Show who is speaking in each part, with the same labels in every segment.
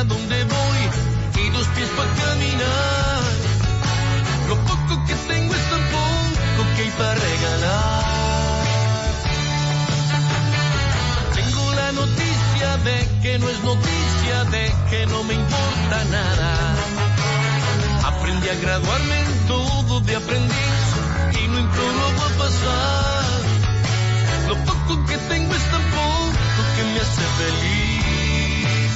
Speaker 1: a dónde voy y 2 pies para caminar. Lo poco que tengo es tan poco que hay para regalar. Tengo la noticia de que no es noticia, de que no me importa nada. Aprendí a graduarme en todo de aprendiz y no imploro a pasar. Lo poco que tengo es tan poco que me hace feliz.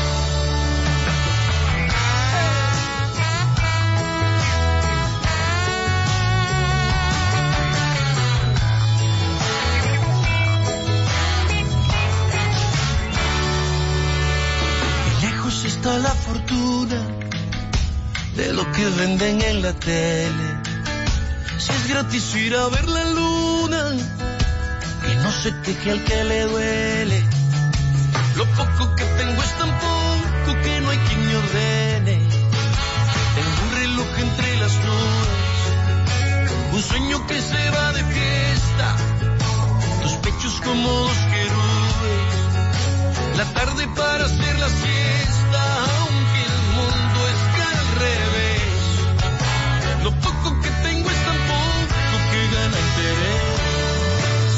Speaker 1: Y lejos está la fortuna de lo que venden en la tele. Si es gratis ir a ver la luna, que no se queje al que le duele. Lo poco que tengo es tan poco que no hay quien me ordene. Tengo un reloj entre las nubes, un sueño que se va de fiesta, 2 pechos como 2 querubes, la tarde para hacer la siesta, aunque el mundo esté al revés. Lo poco que tengo es tan poco que gana interés.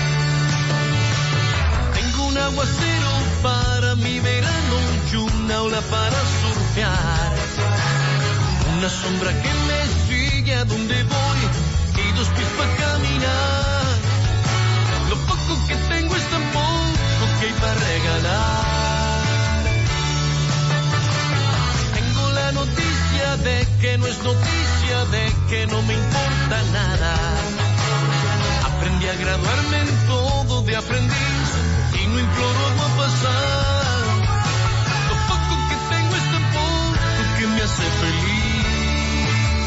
Speaker 1: Tengo un aguacero para mi verano y una ola para surfear, una sombra que me sigue a donde voy y 2 pies para caminar. Lo poco que tengo es tan poco que hay para regalar. Tengo la noticia de que no es noticia, de que no me importa nada. Aprendí a graduarme en todo de aprendiz y no imploro algo a pasar. Lo poco que tengo es tan poco que me hace feliz.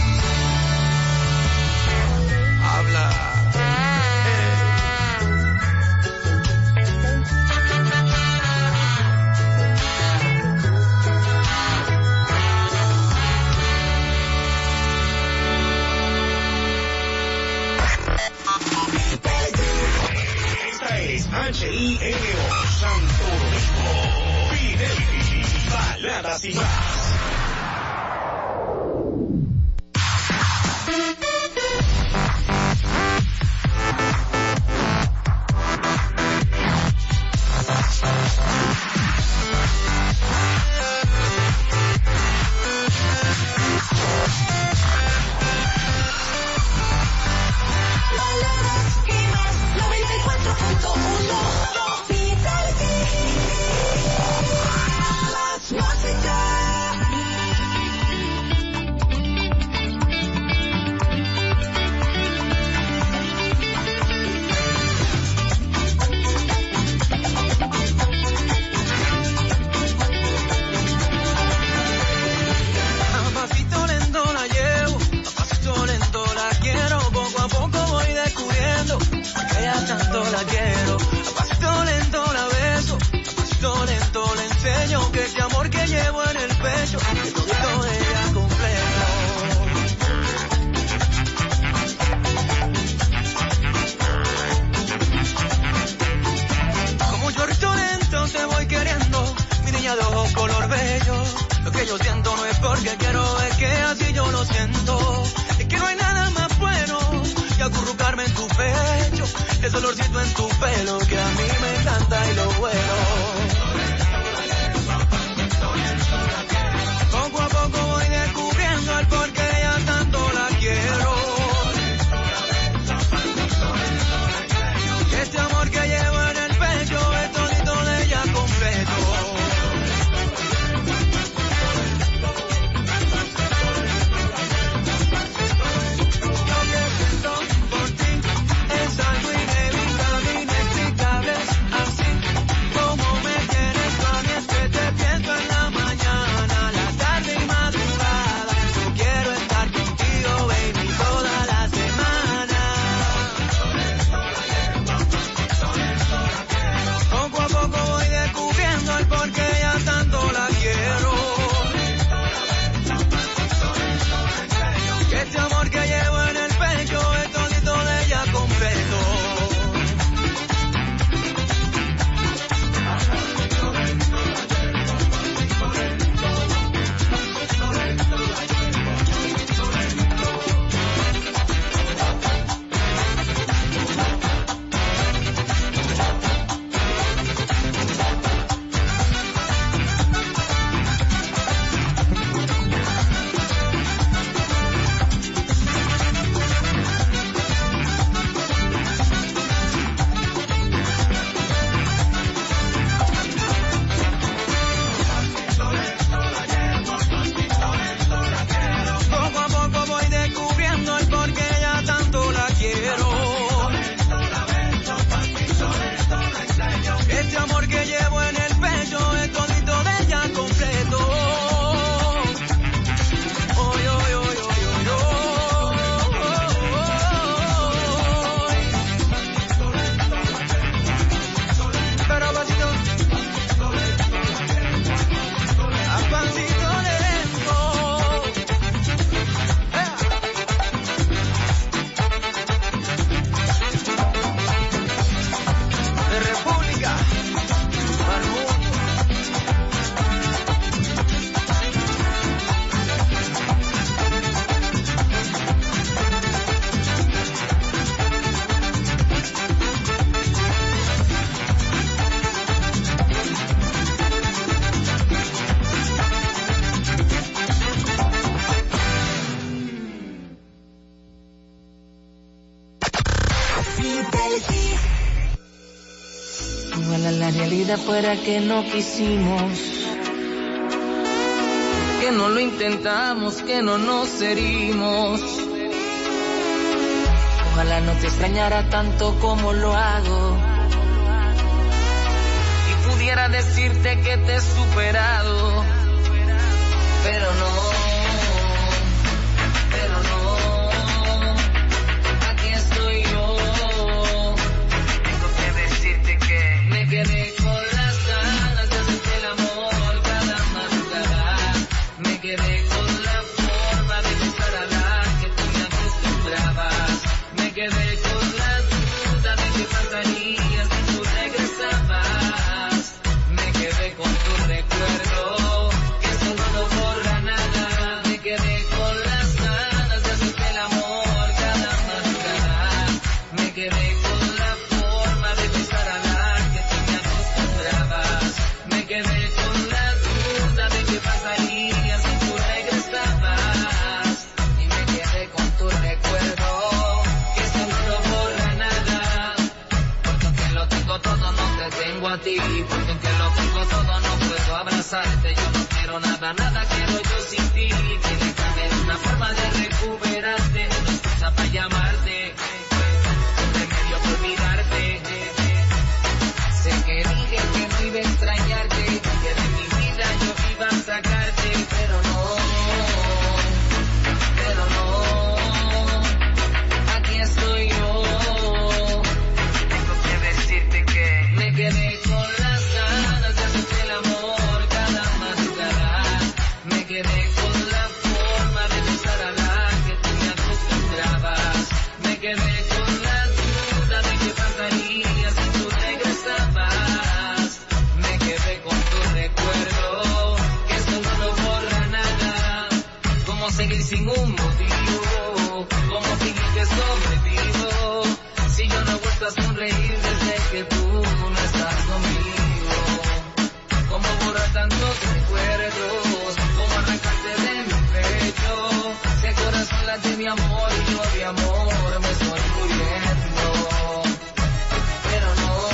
Speaker 1: Habla.
Speaker 2: HINO Santo Domingo, Fidelity, baladas y más.
Speaker 3: Como allá afuera que no quisimos, que no lo intentamos, que no nos herimos. Ojalá no te extrañara tanto como lo hago y pudiera decirte que te he superado, pero no. Me quedé con las ganas de hacerte el amor cada madrugada. Me quedé con la forma de besar a la que tú me acostumbrabas. Me quedé con la duda de qué pasaría si tú regresabas. Me quedé con tu recuerdo, que eso no lo borra nada. Me quedé con las ganas de hacerte el amor cada madrugada. Me quedé con la forma de besar a la me quedé con la duda de qué pasaría si tú regresabas. Y me quedé con tu recuerdo, que eso no lo borra nada. Porque aunque lo tengo todo no te tengo a ti. Porque aunque lo tengo todo no puedo abrazarte. Yo no quiero nada, nada quiero yo sin ti. Tiene que haber una forma de recuperarte, una excusa para llamarte, un remedio para olvidarte. Sé que dije que no iba a extrañarte, que de mi vida yo iba a sacarte, pero no, aquí estoy yo. Tengo que decirte que me quedé con las ganas de hacerte el amor cada madrugada. Me quedé con la forma de besar a la que tú me acostumbrabas. Me quedé con la duda de qué pasaría si tú regresabas. Me quedé con tu recuerdo, que eso no lo borra nada. ¿Cómo seguir sin un motivo? ¿Cómo seguir que sobrevivo? Si yo no he vuelto a sonreír desde que tú no estás conmigo. ¿Cómo borrar tantos recuerdos? ¿Cómo arrancarte de mi pecho? Si el corazón late de mi amor y yo de amor me estoy muriendo. Pero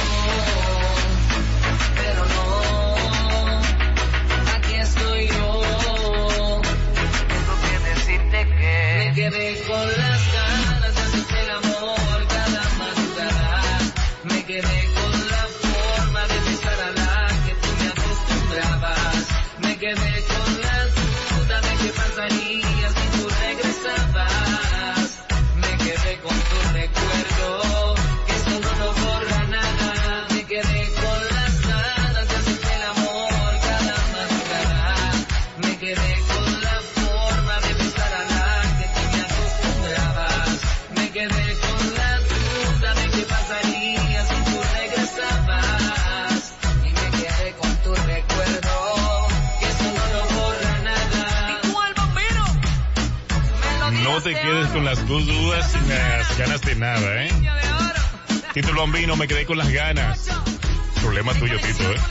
Speaker 3: no, aquí estoy yo. Tengo que decirte que me quedé con las ganas de hacerte el amor cada madrugada. Me quedé con la forma de besar a la que tú me acostumbrabas. Me quedé con la duda de qué pasaría si tú regresabas. Me quedé con tu recuerdo, que eso no lo borra nada. Me quedé con las ganas de hacerte el amor cada madrugada. Me quedé con la forma de besar a la que tú me acostumbrabas. Me quedé con la duda de qué pasaría si tú regresabas. Y me quedé con tu recuerdo, que eso no lo borra nada. ¿Y tú, el bombero?
Speaker 4: No te quedes con las dudas y las ganas de nada, ¿eh? Tito Lombino, me quedé con las ganas. Problema tuyo, Tito, ¿eh?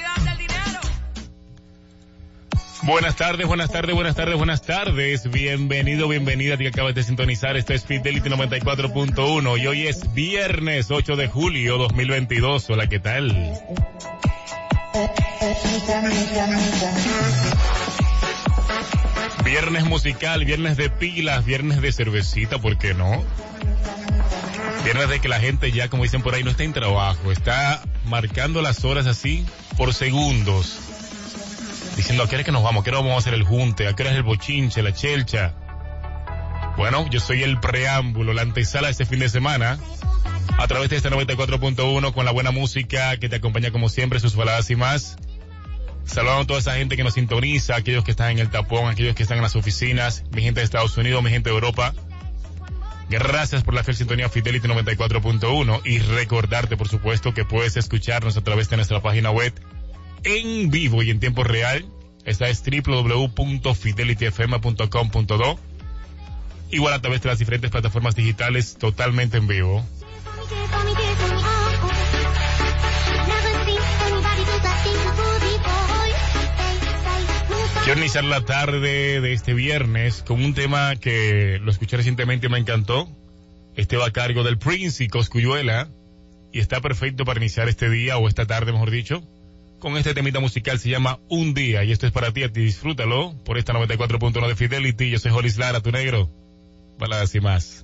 Speaker 4: Buenas tardes, buenas tardes, buenas tardes, buenas tardes. Bienvenido, bienvenida. Te acabas de sintonizar. Esto es Fidelity 94.1 y hoy es viernes 8 de julio 2022. Hola, ¿qué tal? Viernes musical, viernes de pilas, viernes de cervecita, ¿por qué no? Viernes de que la gente ya, como dicen por ahí, no está en trabajo, está marcando las horas así por segundos, diciendo a qué hora es que nos vamos, a qué hora vamos a hacer el junte, a qué hora es el bochinche, la chelcha. Bueno, yo soy el preámbulo, la antesala de este fin de semana, a través de este 94.1 con la buena música que te acompaña como siempre, sus baladas y más. Saludando a toda esa gente que nos sintoniza, aquellos que están en el tapón, aquellos que están en las oficinas, mi gente de Estados Unidos, mi gente de Europa. Gracias por la fiel sintonía Fidelity 94.1 y recordarte, por supuesto, que puedes escucharnos a través de nuestra página web en vivo y en tiempo real. Esta es www.fidelityfm.com.do. Igual a través de las diferentes plataformas digitales totalmente en vivo. Quiero iniciar la tarde de este viernes con un tema que lo escuché recientemente y me encantó. Este va a cargo del Prince y Cosculluela y está perfecto para iniciar este día o esta tarde, mejor dicho, con este temita musical, se llama Un Día, y esto es para ti, disfrútalo por esta 94.1 de Fidelity. Yo soy Jolis Lara, tu negro. Baladas y más.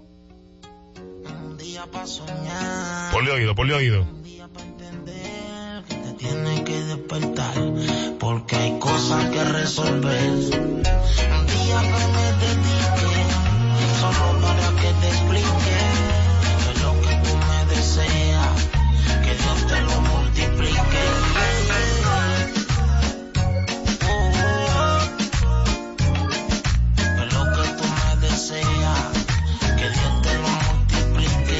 Speaker 1: Un día para soñar.
Speaker 4: Ponle oído.
Speaker 1: Un día para entender que te tienes que despertar, porque hay cosas que resolver. Un día que me dedique solo para que te explique que lo que tú me deseas, que Dios te lo multiplique. Que lo que tú me deseas, que Dios te lo multiplique.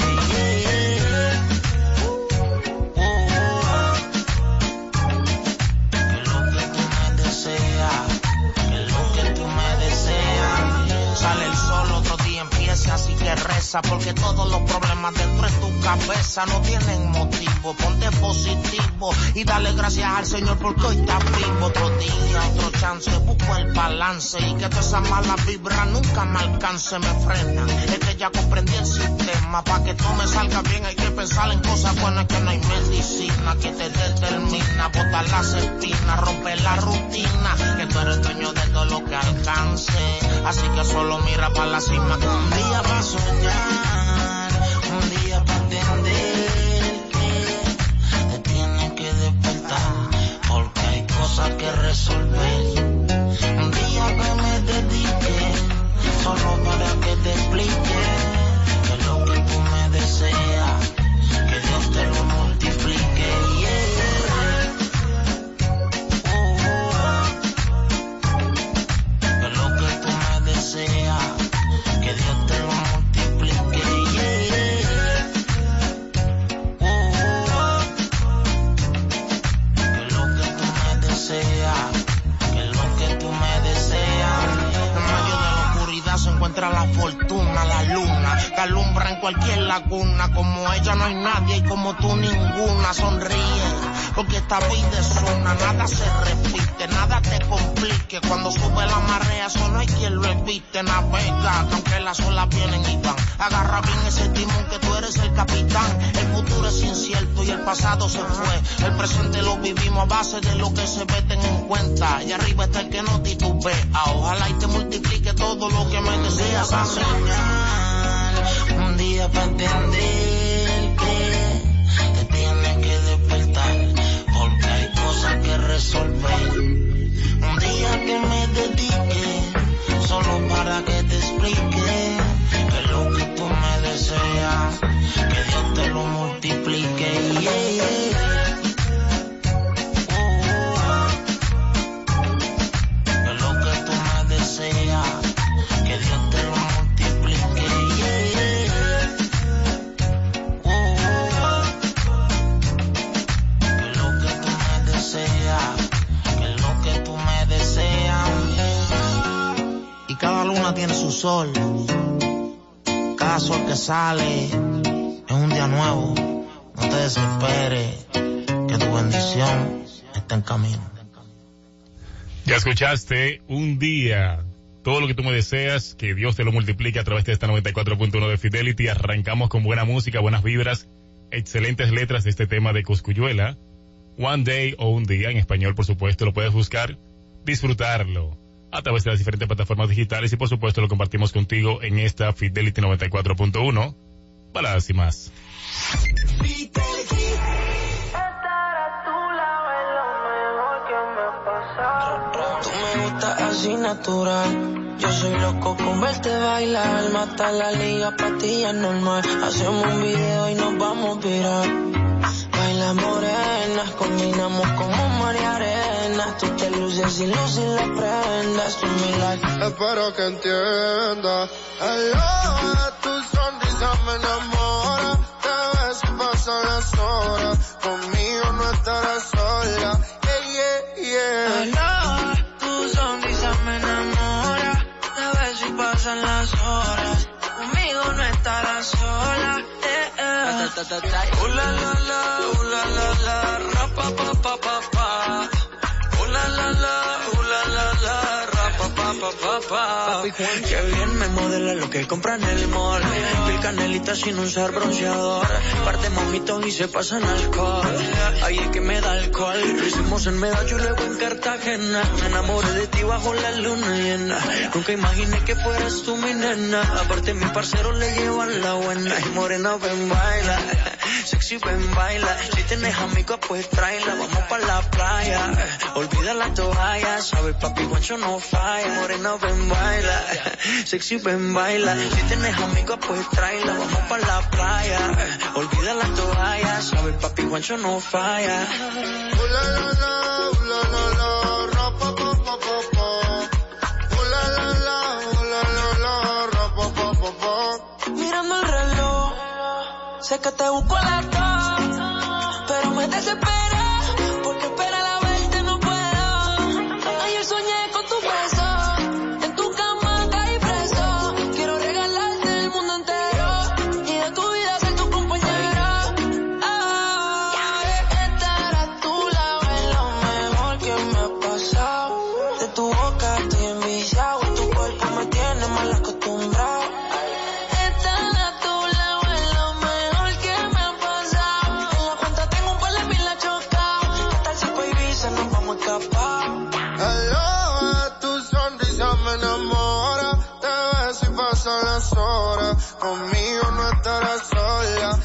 Speaker 1: Que lo que tú me deseas, que lo que tú me deseas. Sale el sol, otro día empieza, así que reza, porque todos los problemas dentro de tu cabeza no tienen motivo. Ponte positivo y dale gracias al Señor porque hoy estás vivo. Otro día, otro chance, busco el balance y que todas esas malas vibras nunca me alcance, me frenan. Es que ya comprendí el sistema, para que todo me salga bien hay que pensar en cosas buenas, que no hay medicina que te determina. Botar las espinas, romper la rutina, que tú eres dueño de todo lo que alcance, así que solo mira para la cima. Un día para soñar, un día para entender que te tienes que despertar, porque hay cosas que resolver. Un día que me dedique solo para que te explique que lo que tú me deseas, que Dios te lo multiplique. Que lo que tú me deseas, que Dios te lo multiplique. Que lo que tú me deseas, que lo que tú me deseas. En medio de la oscuridad se encuentra la fortuna, la luna, que alumbra en cualquier laguna. Como ella no hay nadie y como tú ninguna. Sonríe, porque esta vida es una, nada se repite, nada te complique. Cuando sube la marea, eso no hay quien lo evite. Navega, que aunque las olas vienen y van, agarra bien ese timón que tú eres el capitán. El futuro es incierto y el pasado se fue, el presente lo vivimos a base de lo que se ve, ten en cuenta. Y arriba está el que no titubea, ojalá y te multiplique todo lo que me deseas. Para soñar, un día para entender que te tienes que despertar, porque hay cosas que resolver. Un día que me dedique solo para que te explique que lo que tú me deseas, que Dios te lo multiplique. Que lo que tú me deseas, que Dios te lo multiplique. Que lo que tú me deseas, que lo que tú me deseas. Y cada luna tiene su sol, cada sol que sale es un día nuevo. No te desesperes, que tu bendición está en camino.
Speaker 4: Ya escuchaste Un Día, todo lo que tú me deseas, que Dios te lo multiplique a través de esta 94.1 de Fidelity. Arrancamos con buena música, buenas vibras, excelentes letras de este tema de Cosculluela. One Day o Un Día, en español por supuesto, lo puedes buscar, disfrutarlo a través de las diferentes plataformas digitales y por supuesto lo compartimos contigo en esta Fidelity 94.1. Baladas y más.
Speaker 1: Tú me gustas así natural, yo soy loco con verte bailar, mata la liga, pa' ti ya es normal, hacemos un video y nos vamos a viral. Baila morenas, combinamos como mar y arena, tú te luces y luces las prendas, tú mi life.
Speaker 5: Espero que entiendas, el ojo de tu sonrisa me enamora, te ves y pasan las horas, conmigo no estarás sola,
Speaker 1: El ojo de tu sonrisa me enamora, te ves y pasan las horas, conmigo no estarás sola. La la la, rapa pa pa pa pa. La la la, rapa pa pa
Speaker 3: Papi Juan, que bien me modela lo que compra en el mall. Pil canelita sin usar bronceador. Par de mojitos y se pasan alcohol. Ahí es que me da alcohol. Lo hicimos en Medallo y luego en Cartagena. Me enamoré de ti bajo la luna llena. Nunca imaginé que fueras tú mi nena. Aparte mi parcero le llevan la buena. Y morena ven baila, sexy ven baila. Si tienes amigos pues tráela. Vamos pa' la playa, olvida la toalla. Sabes papi guancho no falla. Morena ven baila, sexy ven baila. Si tienes amigos pues tráela. Vamos pa' la playa, olvida la toalla. Sabes papi guancho no falla.
Speaker 6: Mirando el reloj, sé que te busco a las 2, pero me desespera, porque esperar a verte no puedo. Ayer soñé con tu beso, en tu cama caí preso. Quiero regalarte el mundo entero, y de tu vida ser tu compañera. Estar a tu lado es lo mejor que me ha pasado. De tu boca estoy enviciado, y tu cuerpo me tiene mal acostumbrado.
Speaker 5: Las horas, conmigo no estarás sola.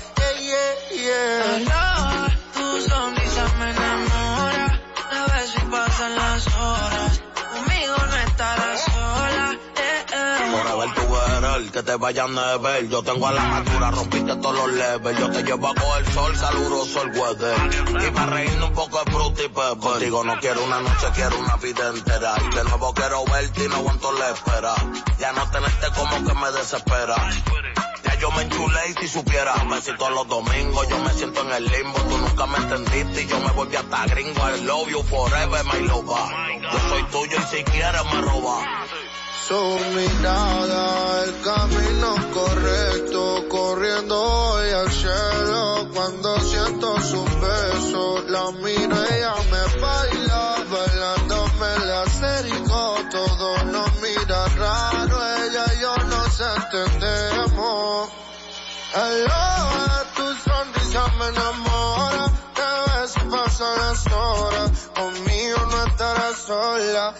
Speaker 6: Hello, tu sonrisa me enamora. A ver si pasan las horas, conmigo no estarás sola.
Speaker 7: Por ver tu el que te vayan a ver. Yo tengo a la altura, rompiste todos los levels. Yo te llevo a coger sol, caluroso el weather. Y para reírme un poco de fruta y pepper. Contigo no quiero una noche, quiero una vida entera. Y de nuevo quiero verte y no aguanto la espera. Ya no tenerte como que me desespera. Ya yo me enchulé y si supiera, besito los domingos, yo me siento en el limbo. Tú nunca me entendiste y yo me volví hasta gringo. I love you forever, my lover. Yo soy tuyo y si quieres me roba.
Speaker 5: Su mirada, el camino correcto, corriendo hoy al cielo. Cuando siento sus besos, la miro, ella me baila, bailándome la acerico. Todo nos mira raro, ella y yo nos entendemos. Hello, tu sonrisa me enamora. Te ves y pasan las horas, conmigo no estarás sola.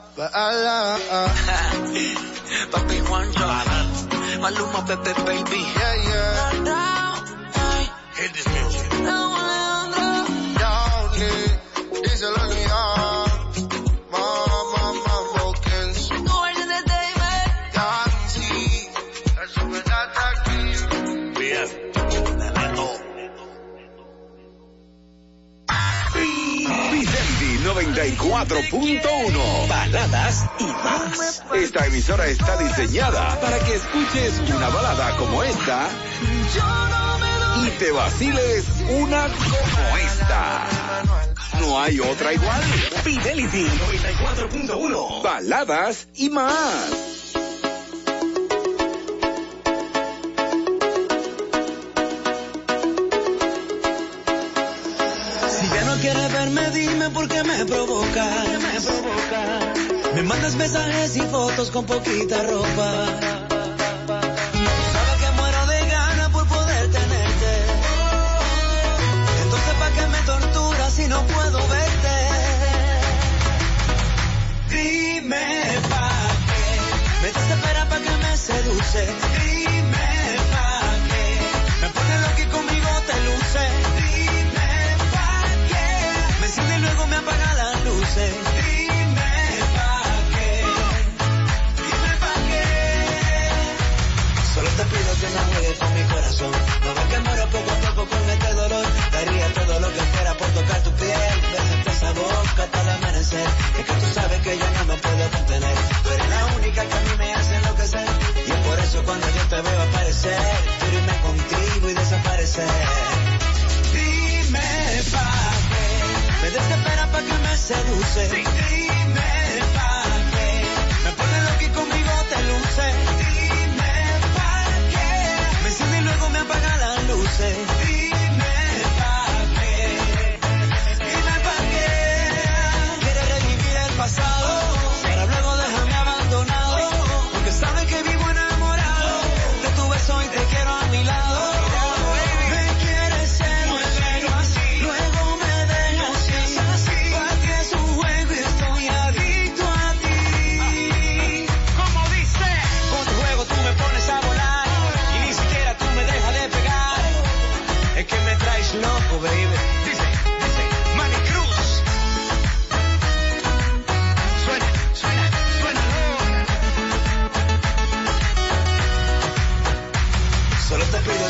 Speaker 6: Papi Juancho, Maluma, Pepe, baby.
Speaker 5: Yeah, yeah.
Speaker 7: Hit this music.
Speaker 5: Downey, díselo a mi Mama, Kings.
Speaker 6: Tu orden de David.
Speaker 5: Dancy, eso me da aquí.
Speaker 7: Bien, de neto.
Speaker 2: Vivendi 94.1. Baladas y más. Esta emisora está diseñada para que escuches una balada como esta y te vaciles una como esta. No hay otra igual. Fidelity 94.1. Baladas y más.
Speaker 3: Quieres verme, dime por qué me provoca. Me mandas mensajes y fotos con poquita ropa. Sabes que muero de ganas por poder tenerte. Entonces ¿para qué me torturas si no puedo verte? Dime pa' qué me desespera, pa' que me seduce. Dime pa' qué me pone loco y conmigo te luce. Y luego me apaga las luces. Dime pa' qué. Solo te pido que no juegues con mi corazón. No ves que muero poco a poco con este dolor. Daría todo lo que fuera por tocar tu piel. Besarte esa boca hasta el amanecer. Es que tú sabes que yo no me puedo contener. Tú eres la única que a mí me hace enloquecer. Y es por eso cuando yo te veo aparecer, quiero irme contigo y desaparecer. Dime pa' qué me desespera, pa' que me seduce. Dime pa' qué me pone loco y conmigo te luce. Dime pa' qué me enciende y luego me apaga las luces. Dime pa' qué. Dime pa' qué. Quieres revivir el pasado para luego dejarme abandonado.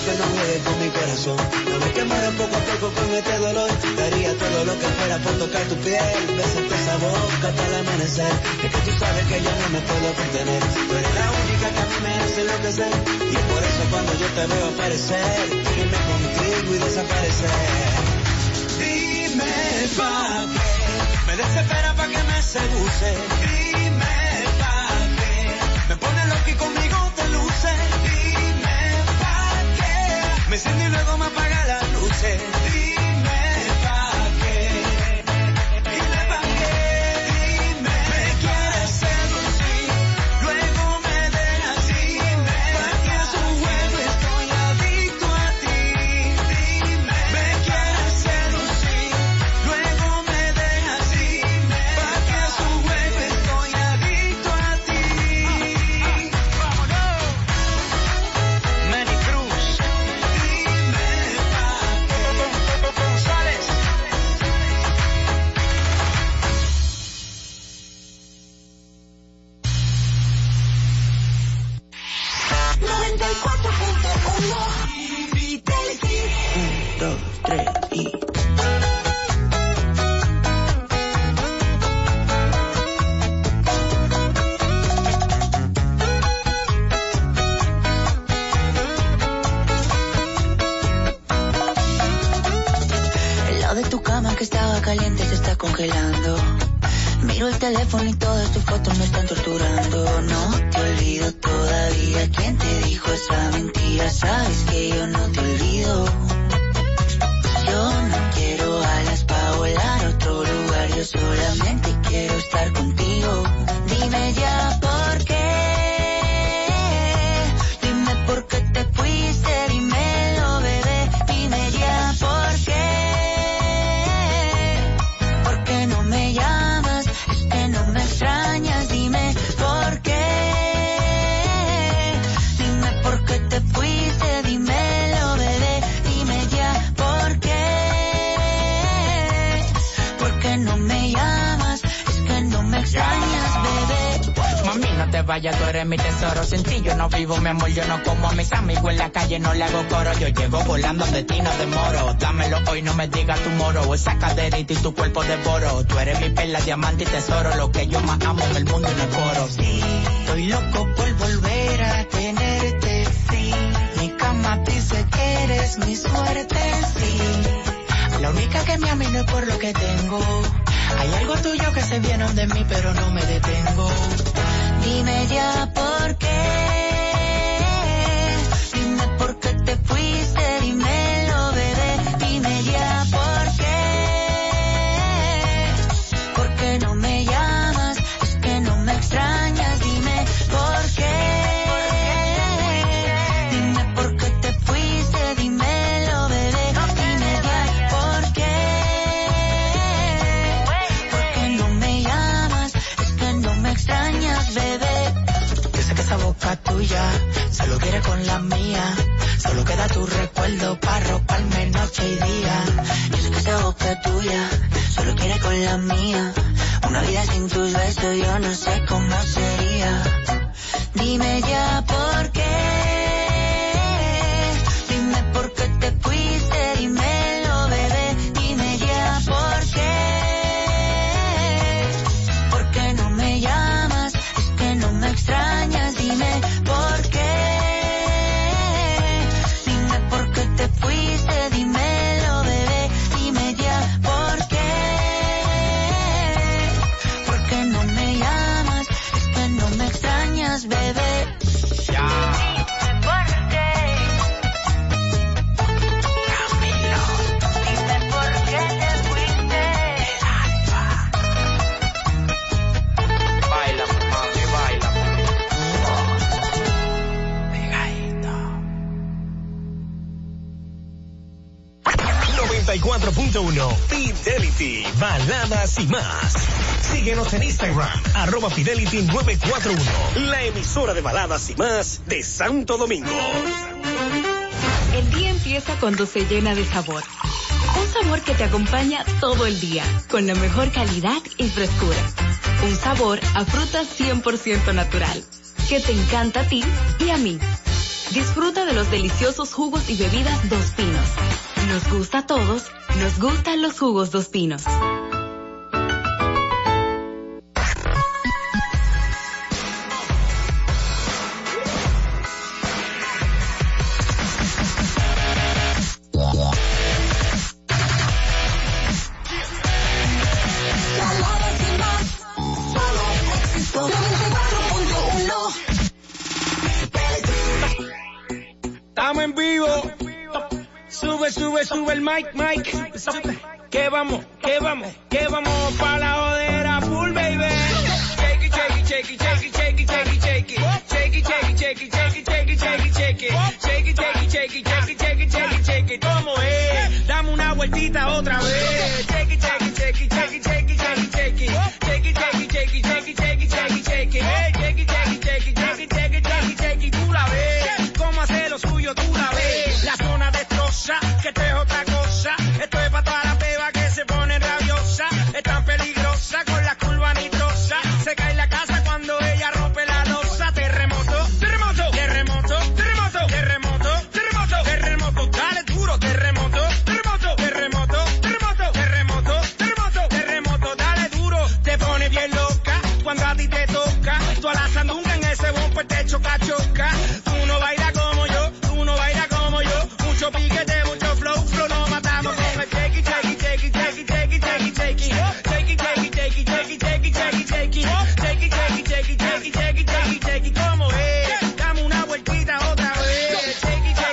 Speaker 8: que no juegues con mi corazón. No me que muero poco a poco con este dolor. Daría todo lo que fuera por tocar tu piel, besarte esa boca hasta el amanecer. Es que tú sabes que yo no me puedo contener. Tú eres la única que a mí me hace enloquecer. Y es por eso cuando yo te veo aparecer, irme contigo y desaparecer. Dime pa' qué me desespera, pa' que me seduce. Dime pa' qué me pone loco y conmigo te luce. Dime pa' qué me enciende y luego me apaga las luces. Dime pa' qué, dime pa' qué. Dime, me quieres seducir, luego me dejas ir. Pa' que es un juego, estoy adicto a ti. Dime, me quieres seducir, luego me dejas ir. Pa' que es un juego, estoy adicto a ti. ¡Vámonos! Manny Cruz. Dime pa' qué. González.
Speaker 6: 94.1 Fidelity.
Speaker 8: 1, 2, 3 y...
Speaker 6: El lado de tu cama que estaba caliente se está congelando. Miro el teléfono y todas tus fotos me están torturando. No te olvido todavía. ¿Quién te dijo esa mentira? Sabes que yo no te olvido. Yo no quiero alas para volar a otro lugar. Yo solamente quiero estar contigo. Dime ya por qué. Dime por qué te fuiste. Dímelo, bebé. Dime ya por qué. ¿Por qué no me llamas? Es que no me extrañas. Dime por qué. Dime por qué te fuiste. Dímelo, bebé. Dime ya por qué. ¿Por qué no me llamas? Es que no me extrañas, bebé.
Speaker 9: Mami, no te vayas, tú eres mi tesoro. Sin ti yo no vivo, mi amor, yo no como a mis amigos en la calle, no le hago coro. Yo llego volando de ti, no demoro. Dámelo hoy, no me digas tu moro. Esa caderita y tu cuerpo devoro. Tú eres mi perla, diamante y tesoro. Lo que yo más amo en el mundo y no es coro.
Speaker 6: Sí, estoy loco por volver a tenerte, sí. Mi cama dice que eres mi suerte, sí.
Speaker 9: La única que me ama y no es por lo que tengo. Hay algo tuyo que se viene de mí, pero no me detengo.
Speaker 6: Dime ya por qué. Dime por qué te fuiste. Dímelo, bebé. Dime ya por qué. ¿Por qué no me llamas? Es que no me extrañas. Dime por qué. Dime por qué te fuiste. Dímelo, bebé. Dime ya por qué. ¿Por qué no me llamas? Es que no me extrañas, bebé.
Speaker 9: Yo sé que esa boca tuya solo quiere con la mía. Solo queda tu recuerdo para roparme noche y día.
Speaker 6: Yo sé que esa boca tuya solo quiere con la mía. Una vida sin tus besos yo no sé cómo sería. Dime ya por qué. Dime por qué te fuiste. Dímelo, bebé. Dime ya por qué. ¿Por qué no me llamas? Es que no me extrañas. Dime por qué. Dime por qué te fuiste. Dímelo, bebé. Dime ya por qué. ¿Por qué no me llamas? Es que no me extrañas, bebé.
Speaker 9: Ya.
Speaker 6: ¿Por qué? Camilo. Dime por qué te fuiste.
Speaker 9: Baila, mami, baila.
Speaker 6: Pegadito.
Speaker 10: 94.1 Fidelity, baladas y más. Síguenos en Instagram, @Fidelity941, la emisora de baladas y más de Santo Domingo.
Speaker 11: El día empieza cuando se llena de sabor. Un sabor que te acompaña todo el día, con la mejor calidad y frescura. Un sabor a fruta 100% natural, que te encanta a ti y a mí. Disfruta de los deliciosos jugos y bebidas Dos Pinos. Nos gusta a todos, nos gustan los jugos Dos Pinos.
Speaker 12: Estamos en vivo. Sube el mic. Que vamos pa' la jodera full, baby. Shake it. ¿Cómo es? Dame una vueltita otra vez. Shake it. Tú la ves. ¿Cómo hace lo suyo? Tú la ves. La zona destroza, que esto es otra cosa. Esto es para toda la beba que se pone rabiosa. Es tan peligrosa con la curva nitrosa. Se cae la casa cuando ella rompe la losa. Terremoto. Dale duro, terremoto. Dale duro. Te pone bien loca cuando a ti te toca. Tú a la sandunga en ese bumper te choca. Tú no bailas como yo. Mucho piquete, mucho flow, nos matamos con el shake it. ¿Cómo es? Dame una vueltita otra vez. Shake it.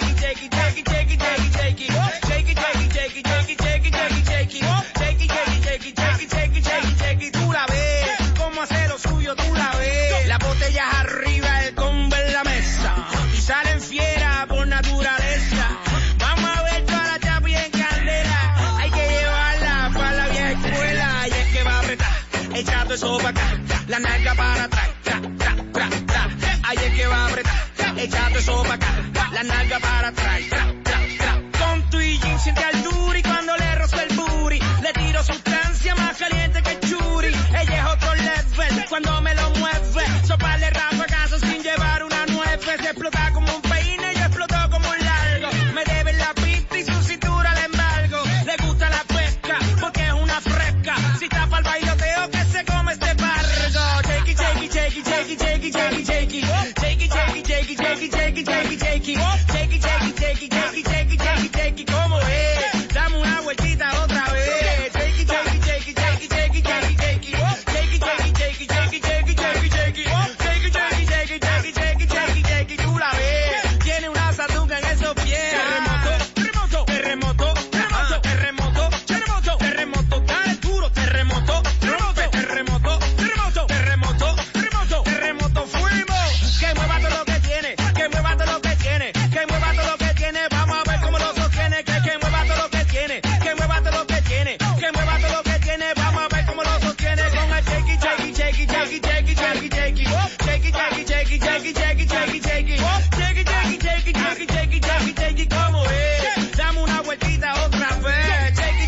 Speaker 12: Tú la ves. ¿Cómo hace lo suyo? Tú la ves. Las botellas arriba, el combo en la mesa. Y salen fieras por naturaleza. Vamos a ver toda la chapi en candela. Hay que llevarla para la vieja escuela. Y es que va a apretar, echando eso para acá. La nalga para atrás, tra. Ahí es que va a apretar, echando eso para acá. La nalga para atrás, tra. Con tu y jean siente al duri cuando le rozo el booty. Le tiro sustancia más caliente que churi. Ella es otro level cuando me lo mueve. Soparle ráfagas sin llevar una nueve. Se explota como un peine y explotó como un largo. Me debe la pista y su cintura le embargo. Le gusta la pesca porque es una fresca. Si está pa'l bailoteo que se come este pargo. Shake it. ¿Cómo es? Dame una vueltita otra vez. Shake it. Tú la ves. Tiene una sandunga en esos pies. Terremoto. Dale duro. Terremoto. Fuimos. Que mueva todo lo que tiene. Vamos a ver cómo lo sostiene. Que mueva todo lo que tiene. Vamos a ver cómo lo sostiene. Con el shake it. ¿Cómo es? Dame una vueltita otra vez. Shake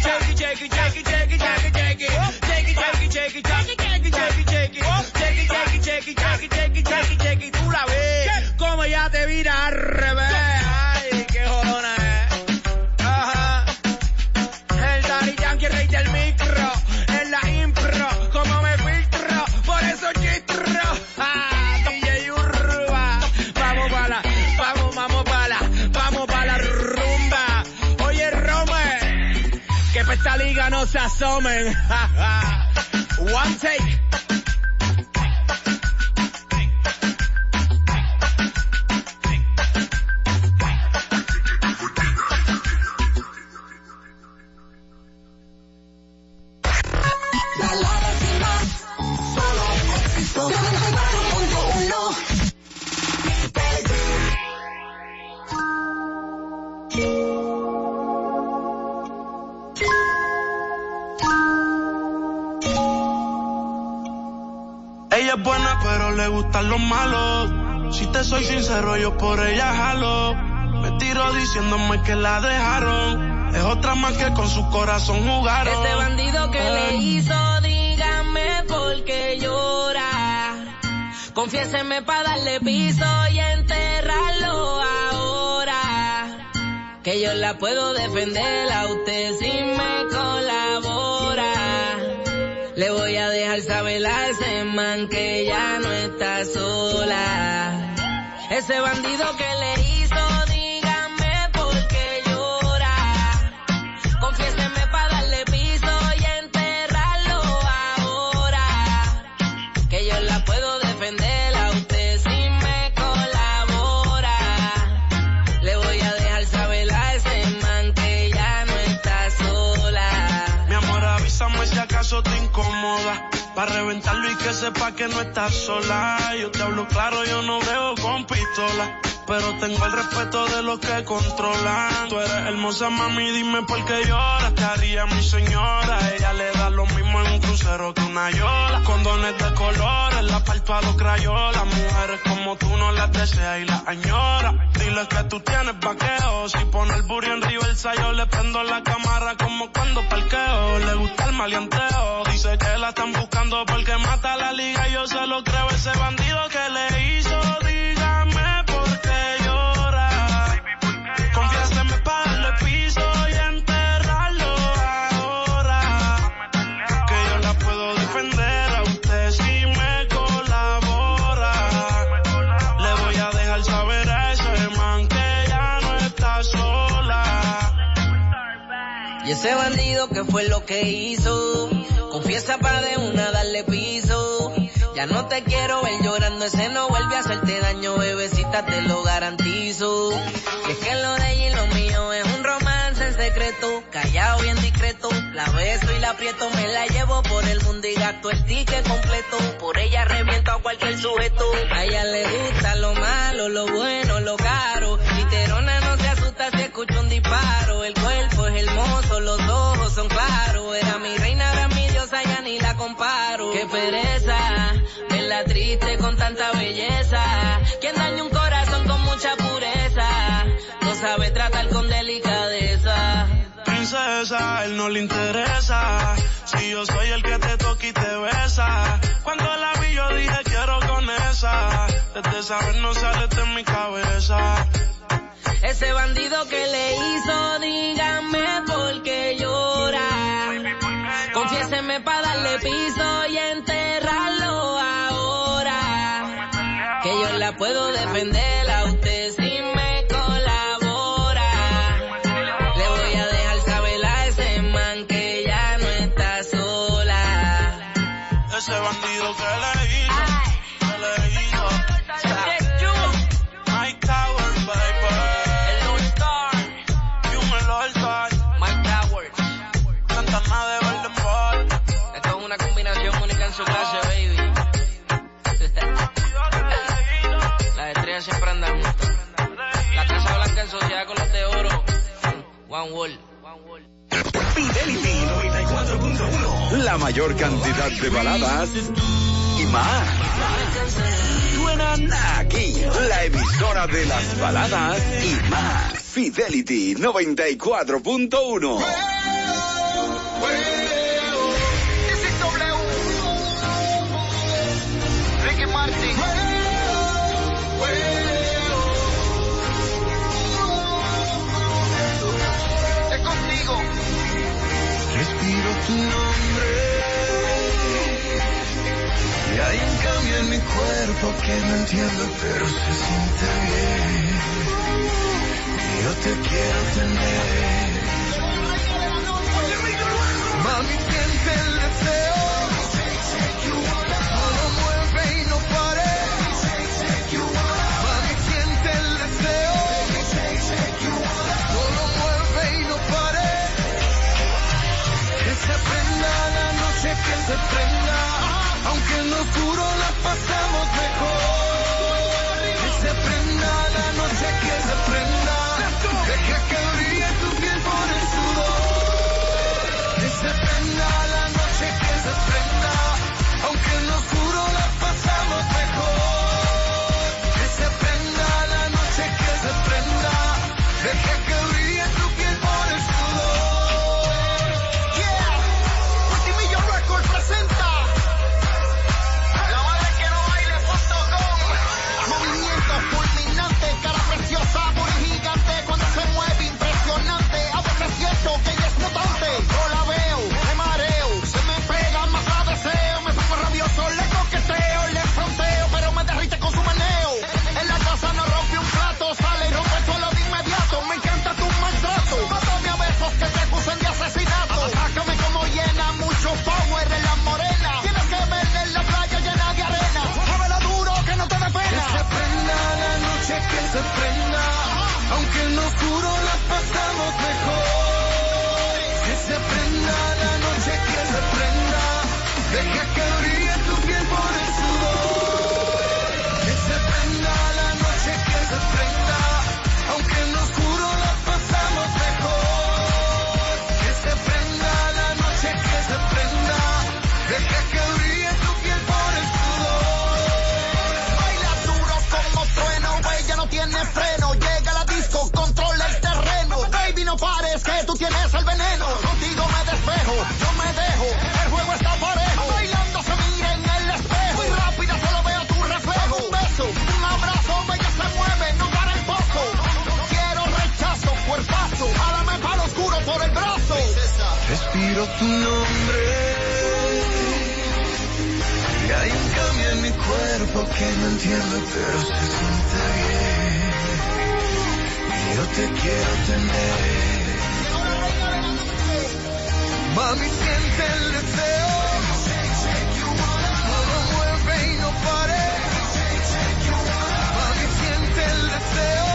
Speaker 12: it. Tú la ves. Como ya te vira al revés. Ay, qué jodona es. Ajá. El Daddy Yankee, el rey del micro. En la impro, como me filtro. Por eso chistro. DJ Urba. Vamos para la rumba. Oye, Rome, que pa' esta liga no se asomen. One take.
Speaker 1: Ella es buena pero le gustan los malos. Si te soy sincero yo por ella jalo. Me tiro diciéndome que la dejaron. Es otra más que con su corazón jugaron.
Speaker 6: Este bandido que le hizo, dígame por qué llora. Confiéseme pa' darle piso y enterrarlo.
Speaker 3: que yo la puedo defender a usted si me colabora. Le voy a dejar saber a ese man que ya no está sola. Ese bandido que le hizo, dígame por qué llora. Confiéseme para darle piso y enterrarlo ahora. Que yo la puedo defender a usted si me colabora. Le voy a dejar saber a ese man que ya no está sola.
Speaker 13: Mi amor, avísame si acaso te incomoda, para reventarlo y que sepa que no estás sola. Yo te hablo claro, yo no veo con pistola, pero tengo el respeto de los que controlan. Tú eres hermosa, mami, dime por qué lloras. Te haría mi señora, ella le da lo mismo en un crucero que una yola. Condones de colores, la parto a los crayolas. Mujeres como tú no las deseas y las añoras. Dile que tú tienes vaqueo, si pone el booty en Riverside yo le prendo la cámara como cuando parqueo. Le gusta el maleanteo, dice que la están buscando porque mata la liga y yo se lo creo. Ese bandido que le hizo, dígame por qué llora. Confiéseme para darle piso y enterrarlo ahora. Que yo la puedo defender a usted si me colabora. Le voy a dejar saber a ese man que ya no está sola.
Speaker 3: Y ese bandido que fue lo que hizo, confiesa pa' de una darle piso. Ya no te quiero ver llorando, ese no vuelve a hacerte daño, bebecita, te lo garantizo. Y es que lo de ella y lo mío es un romance en secreto, callado bien discreto. La beso y la aprieto, me la llevo por el mundo y gasto el ticket completo. Por ella reviento a cualquier sujeto. A ella le gusta lo malo, lo bueno, lo caro. Literona no se asusta si escucha un disparo. El cuerpo es hermoso, los ojos son claros. Era mi reina, era mi diosa, ya ni la comparo. Qué pereza verla triste con tanta belleza. Quien daña un corazón con mucha pureza no sabe tratar con delicadeza.
Speaker 13: Princesa, él no le interesa si yo soy el que te toca y te besa. Cuando la vi yo dije quiero con esa. Desde esa vez no sale de mi cabeza.
Speaker 3: Ese bandido que le hizo, dígame por qué llora. Confiéseme pa' darle piso y enterrarlo ahora. Que yo la puedo defender a usted si me colabora. Le voy a dejar saber a ese man que ya no está sola.
Speaker 13: Ese bandido que le hizo, Mike Tower, baby.
Speaker 3: El Lord Star,
Speaker 13: El Lord Star.
Speaker 3: Mike Tower.
Speaker 13: Santana de Golden Ball.
Speaker 3: Esto es una combinación única en su clase, baby. Las estrellas siempre andan juntas. La Casa Blanca en sociedad con los de oro. One World.
Speaker 2: Fidelity 94.1. La mayor cantidad de baladas y más. Suenan aquí, la emisora de las baladas y más. Fidelity 94.1.
Speaker 1: Respiro tu nombre y hay un cambio en mi cuerpo que no entiendo, pero se siente bien. Y yo te quiero tener. Mami, siente el deseo, solo mueve y no pare. Mami, siente el deseo, solo mueve y no pare. Que se prenda la noche, que se prenda, aunque en lo oscuro la pasamos mejor. Que se prenda la noche, que se prenda, deja que brille tu piel por el sudor. Que se prenda la noche, que se prenda. oscuro la pasamos mejor. Que se prenda la noche, que se prenda. Deja que brille tu piel por el sudor. Que se prenda la noche, que se prenda. Aunque en lo oscuro la pasamos mejor. Que se prenda la noche, que se prenda. Deja que brille tu piel por el sudor.
Speaker 14: Baila duro como trueno, ella no tiene freno. Llega a la disco, controla el terreno. Baby, no pares, que tú tienes el veneno. Contigo me despejo, no me dejo. El juego está parejo. Bailando se mira en el espejo. Muy rápida, solo veo tu reflejo. Un beso, un abrazo, ella se mueve, no para el pozo. Quiero rechazo, cuerpazo. Jálame para lo oscuro por el brazo.
Speaker 1: Respiro tu nombre. Y hay un cambio en mi cuerpo que no entiendo, pero se siente bien. Y yo te quiero tener. Mami, siente el deseo. No lo mueve y no pare. Mami, siente el deseo.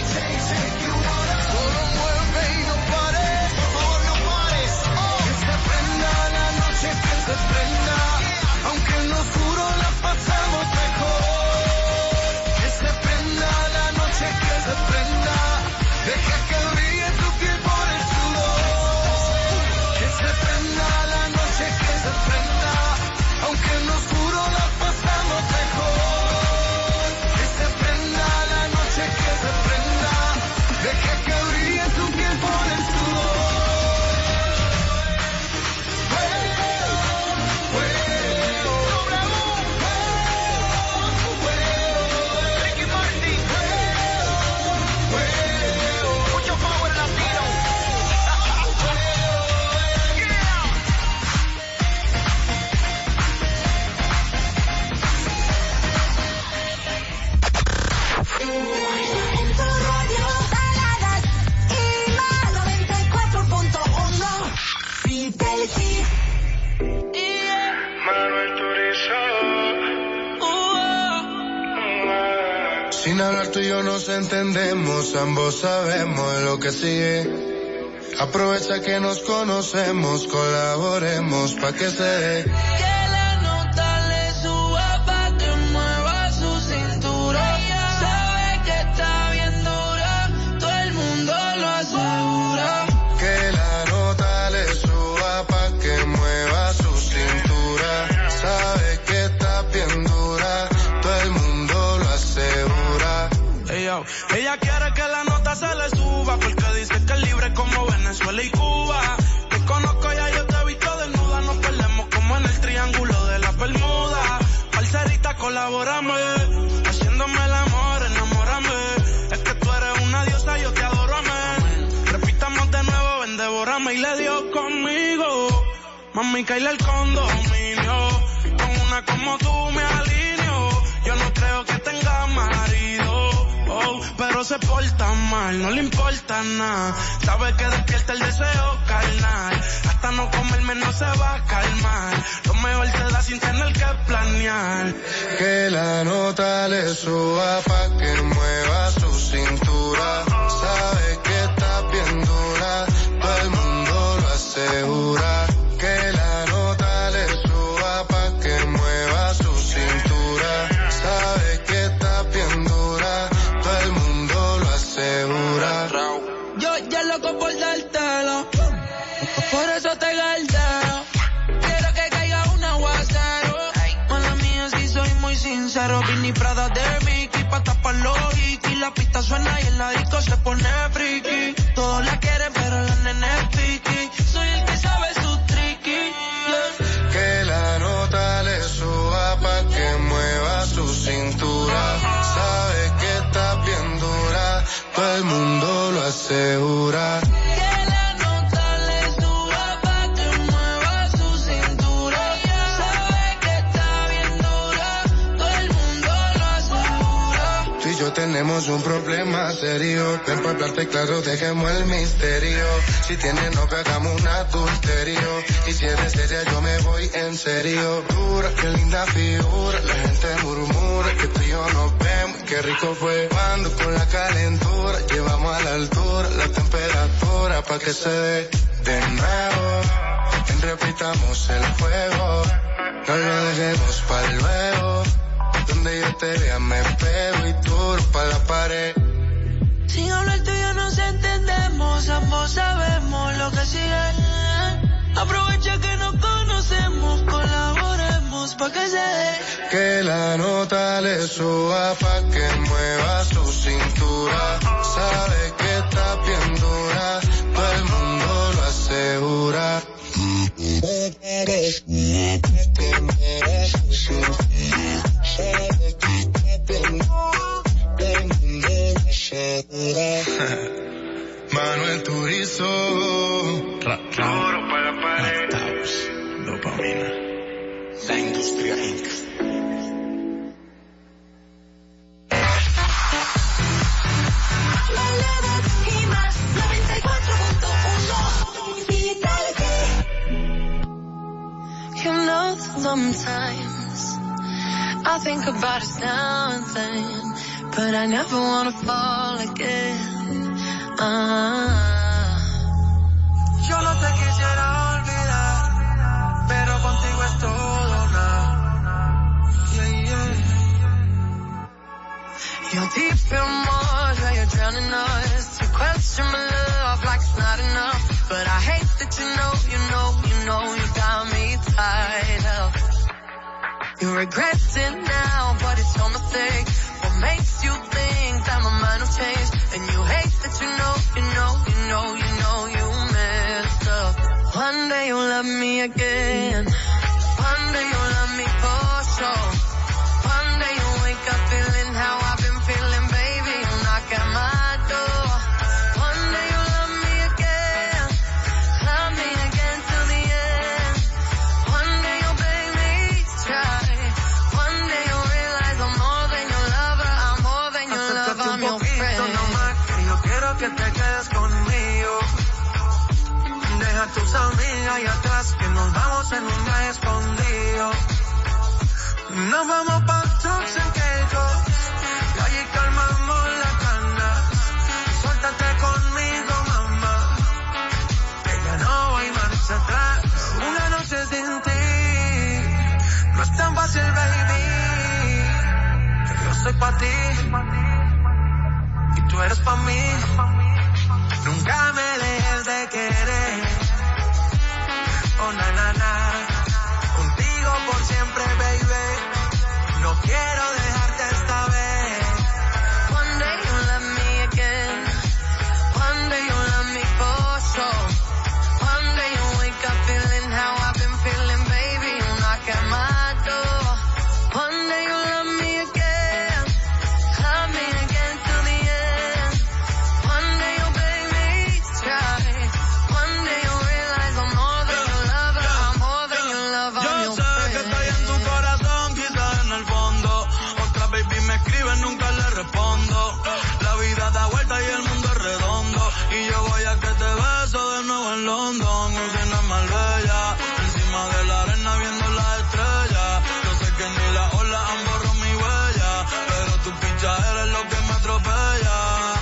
Speaker 1: Solo mueve y no pare. Por favor, no pares. Que se prenda la noche, que se prenda. Aunque en lo oscuro la pasamos mejor. Que se prenda la noche, que se prenda. Deja que brille tu piel por el sudor. Que se prenda la noche, que se prenda. Aunque en lo oscuro la pasamos mejor. Que se prenda la noche, que se prenda. Deja que brille tu piel por el sudor. Sin hablar tú y yo nos entendemos, ambos sabemos lo que sigue. Aprovecha que nos conocemos, colaboremos pa' que se dé.
Speaker 6: Que la nota le suba pa' que mueva su cintura. Sabe que está bien dura, todo el mundo lo asegura.
Speaker 1: Que la nota le suba pa' que mueva su cintura. Sabe que está bien dura, todo el mundo lo asegura.
Speaker 13: Ella quiere que la nota se le suba porque dice que es libre como Venezuela y Cuba. Te conozco ya, yo te he visto desnuda. Nos perdemos como en el triángulo de la Bermuda. Parcerita, colabórame, haciéndome el amor, enamórame. Es que tú eres una diosa, yo te adoro, amén. Repitamos de nuevo, ven, devórame. Y le dio conmigo, mami, caíle el condominio. Con una como tú me alineo. Yo no creo que tenga marido, pero se porta mal, no le importa nada. Sabe que despierta el deseo carnal. Hasta no comerme no se va a calmar. Lo mejor se da sin tener que planear.
Speaker 1: Que la nota le suba pa' que mueva su cintura. Sabe que está bien dura, todo el mundo lo asegura. Que la nota le suba pa' que mueva su cintura. Sabe que está bien dura, todo el mundo lo asegura.
Speaker 6: Yo ya loco por dártelo, por eso te galdeo. Quiero que caiga un aguacero. Mala mía, si soy muy sincero. Vinny Prada de Mickey pa' tapar los hikis. La pista suena y en la disco se pone friki. Todos la quieren pero la nena es piqui. Soy el que sabe su tricky.
Speaker 1: Que la nota le suba pa' que mueva su cintura. Sabe que está bien dura, todo el mundo lo asegura.
Speaker 6: Que la nota le suba pa' que mueva su cintura. Sabe que está bien dura, todo el mundo lo asegura.
Speaker 1: Tú y yo tenemos un problema serio. Ven pa' hablarte claro, dejemos el misterio. Si tienes novio, hagamos un adulterio. Y si eres seria, yo me voy en serio. Dura, qué linda figura. La gente murmura que tú y yo nos vemos. Qué rico fue cuando con la calentura llevamos a la altura.
Speaker 5: pa' que se dé de nuevo. Repitamos el juego, no lo dejemos pa' luego. Donde yo te vea me pego y tú pa' la pared.
Speaker 6: Sin hablar tú y yo nos entendemos, ambos sabemos lo que sigue. Aprovecha que nos conocemos, colaboremos pa' que se dé.
Speaker 5: Que la nota le suba pa' que mueva su cintura. Sabe que está bien dura, todo el mundo lo asegura. Manuel Turizo,
Speaker 13: Oro para la pared.
Speaker 5: Dopamina. La industria Inc.
Speaker 6: Sometimes I think about us now and then, but I never wanna fall again.
Speaker 12: Yo no te quisiera olvidar, pero contigo es todo nada. Yeah, yeah.
Speaker 6: You're deep in water, you're drowning us. You question my love like it's not enough, but I hate that you know you got me tied up. You regret it now, but it's your mistake. What makes you think that my mind will change? And you hate that you know you messed up. One day you'll love me again. One day you'll love me for sure. One day you'll wake up feeling how I've been feeling, baby. You'll knock at my door. One day you'll love me again. Love me again till the end. One day you'll beg me to try. One day you'll realize I'm more than your lover. I'm more than your lover. I'm your friend.
Speaker 12: Nomás, que yo quiero que te quedes conmigo. Deja tus amigas ahí atrás, que nos vamos en un viaje escondido. Nos vamos pa' Turks and Caicos, y allí calmamos las ganas. Suéltate conmigo, mamá, que ya no hay marcha atrás. Una noche sin ti no es tan fácil, baby. Yo soy pa' ti y tú eres pa' mí. Nunca me dejes de querer. Oh, na, na, na. Contigo por siempre, baby. No quiero dejarte esta vez.
Speaker 6: One day you'll love me again. One day you'll love me for sure. One day you'll wake up feeling how I've been feeling, baby. You'll knock at my door. One day you'll love me again. Love me again till the end. One day you'll beg me to try. One day you'll realize I'm more than your lover. I'm more than your lover. I'm your
Speaker 13: Yo sé que estoy en tu corazón, quizás en el fondo. Otra baby me escribe, nunca le respondo. La vida da vuelta y el mundo es redondo. Y yo voy a que te beso de nuevo en London. Cocina más bella, encima de la arena viendo las estrellas. Yo sé que ni las olas han borrado mi huella, pero tu picha eres lo que me atropella.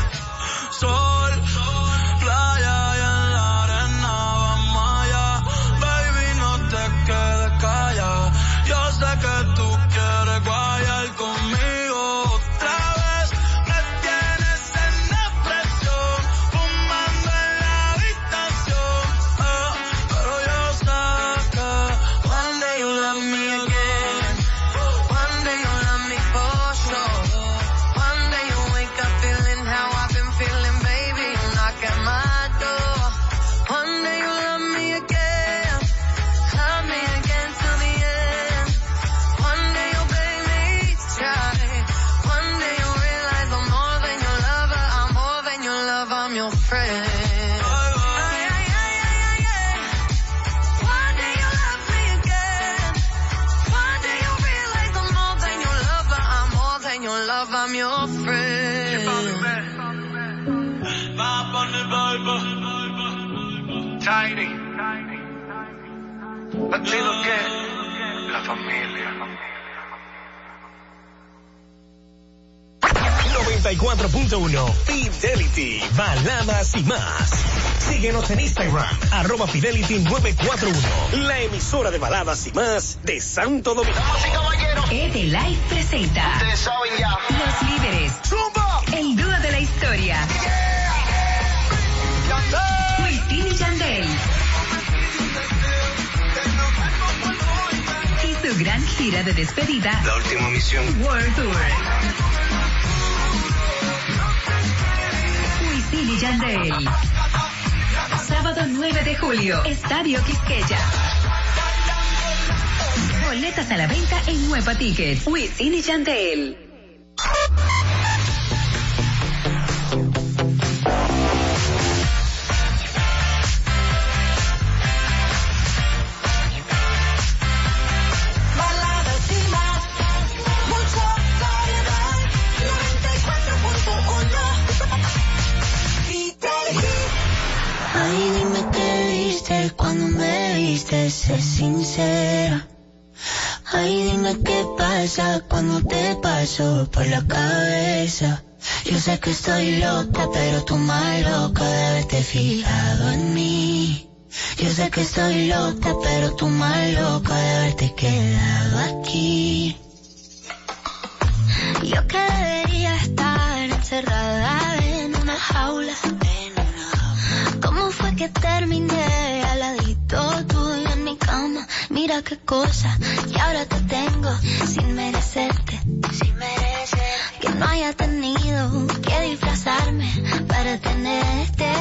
Speaker 13: Sol, playa y en la arena vamos allá. Baby, no te quedes callada. Yo sé que tú quieres guayar conmigo otra vez. Me tienes en depresión, fumando en la habitación. Pero yo sé que
Speaker 6: one day you'll love me again. One day you'll love me for sure. One day you'll wake up feeling how I've been feeling, baby. You'll knock at my door. One day you'll love me again. Love me again till the end. One day you'll beg me to try. One day you'll realize I'm more than your lover. I'm more than your lover. I'm your friend. One day you'll love me again. One day you'll realize I'm more than your lover. I'm more than your lover. I'm your friend.
Speaker 12: Tiny. Latino que la familia.
Speaker 10: 94.1. Fidelity, baladas y más. Síguenos en Instagram, @Fidelity941. La emisora de baladas y más de Santo Domingo.
Speaker 11: Live presenta.
Speaker 14: Ustedes saben ya.
Speaker 11: Los líderes.
Speaker 14: ¡Zumba!
Speaker 11: El dúo de la historia. Wisin y Yandel. Y su gran gira de despedida.
Speaker 10: La última misión.
Speaker 11: World Tour. Wisin y Yandel. Sábado 9 de julio. Estadio Quisqueya. Boletas a la venta en Nueva Tickets. Wisin y Yandel.
Speaker 6: Ay, dime qué viste cuando me viste, sé sincera. Ay, dime qué pasa cuando te paso por la cabeza. Yo sé que estoy loca, pero tú más loca de haberte fijado en mí. Yo sé que estoy loca, pero tú más loca de haberte quedado aquí. Yo que debería estar encerrada en una jaula. ¿Cómo fue que terminé al ladito tuyo en mi cama? Mira qué cosa, y ahora te tengo sin merecerte, sin merecer. Que no haya tenido que disfrazarme para tenerte.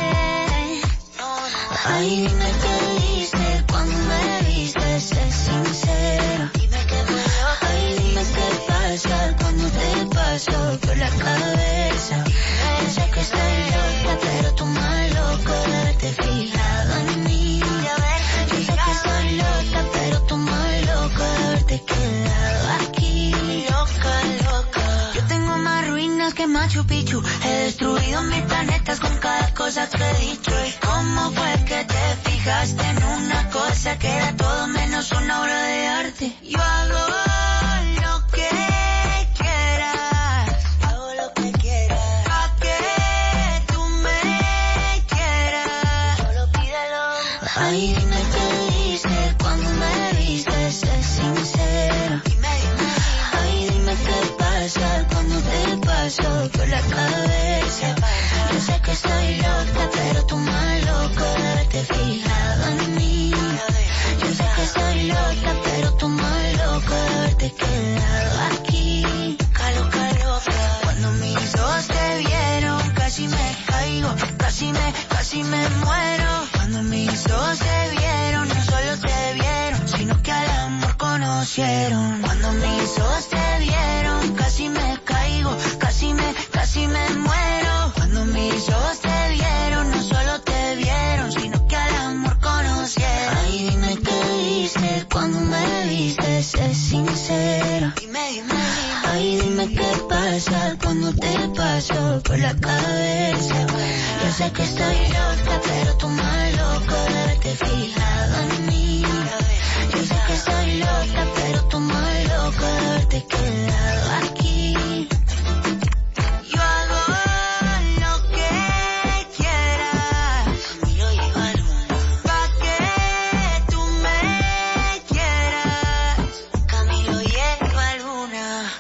Speaker 6: Ay, dime qué viste cuando me viste, sé sincera. Ay, dime qué pasa cuando te paso por la cabeza. Yo sé que estoy loca, pero tú más loca de haberte fijado en mí. Yo sé que estoy loca, pero tú más loca de haberte quedado aquí. Loca, loca. Yo tengo más ruinas que Machu Picchu. He destruido mis planetas con cada cosa que he dicho. ¿Y cómo fue que te fijaste en una cosa que era todo menos una obra de arte? Yo hago lo que quieras, hago lo que quieras, pa' que tú me quieras, solo pídelo. Ay, dime qué viste cuando me viste, sé sincera. Ay, dime qué pasa cuando te paso por la cabeza. Yo sé que estoy loca, pero tú más loca de haberte fijado en mí. Yo sé que estoy loca, pero tú más loca de haberte quedado aquí. Loca, loca. Cuando mis ojos te vieron, casi me caigo, casi me muero. Cuando mis ojos te vieron, no solo te vieron, sino que al amor conocieron. Cuando mis ojos te vieron, casi me caigo, casi me muero. Cuando mis ojos te vieron, no solo te vieron, sino que al amor conocieron. Ay, dime qué viste cuando me viste, sé sincera. Ay, dime qué pasa cuando te paso por la cabeza. Yo sé que estoy loca, pero tú más loca de haberte fijado en mí. Yo sé que estoy loca, pero tú más loca de haberte quedado aquí. Yo hago lo que quieras, pa' que tú me quieras. Camilo lleva luna.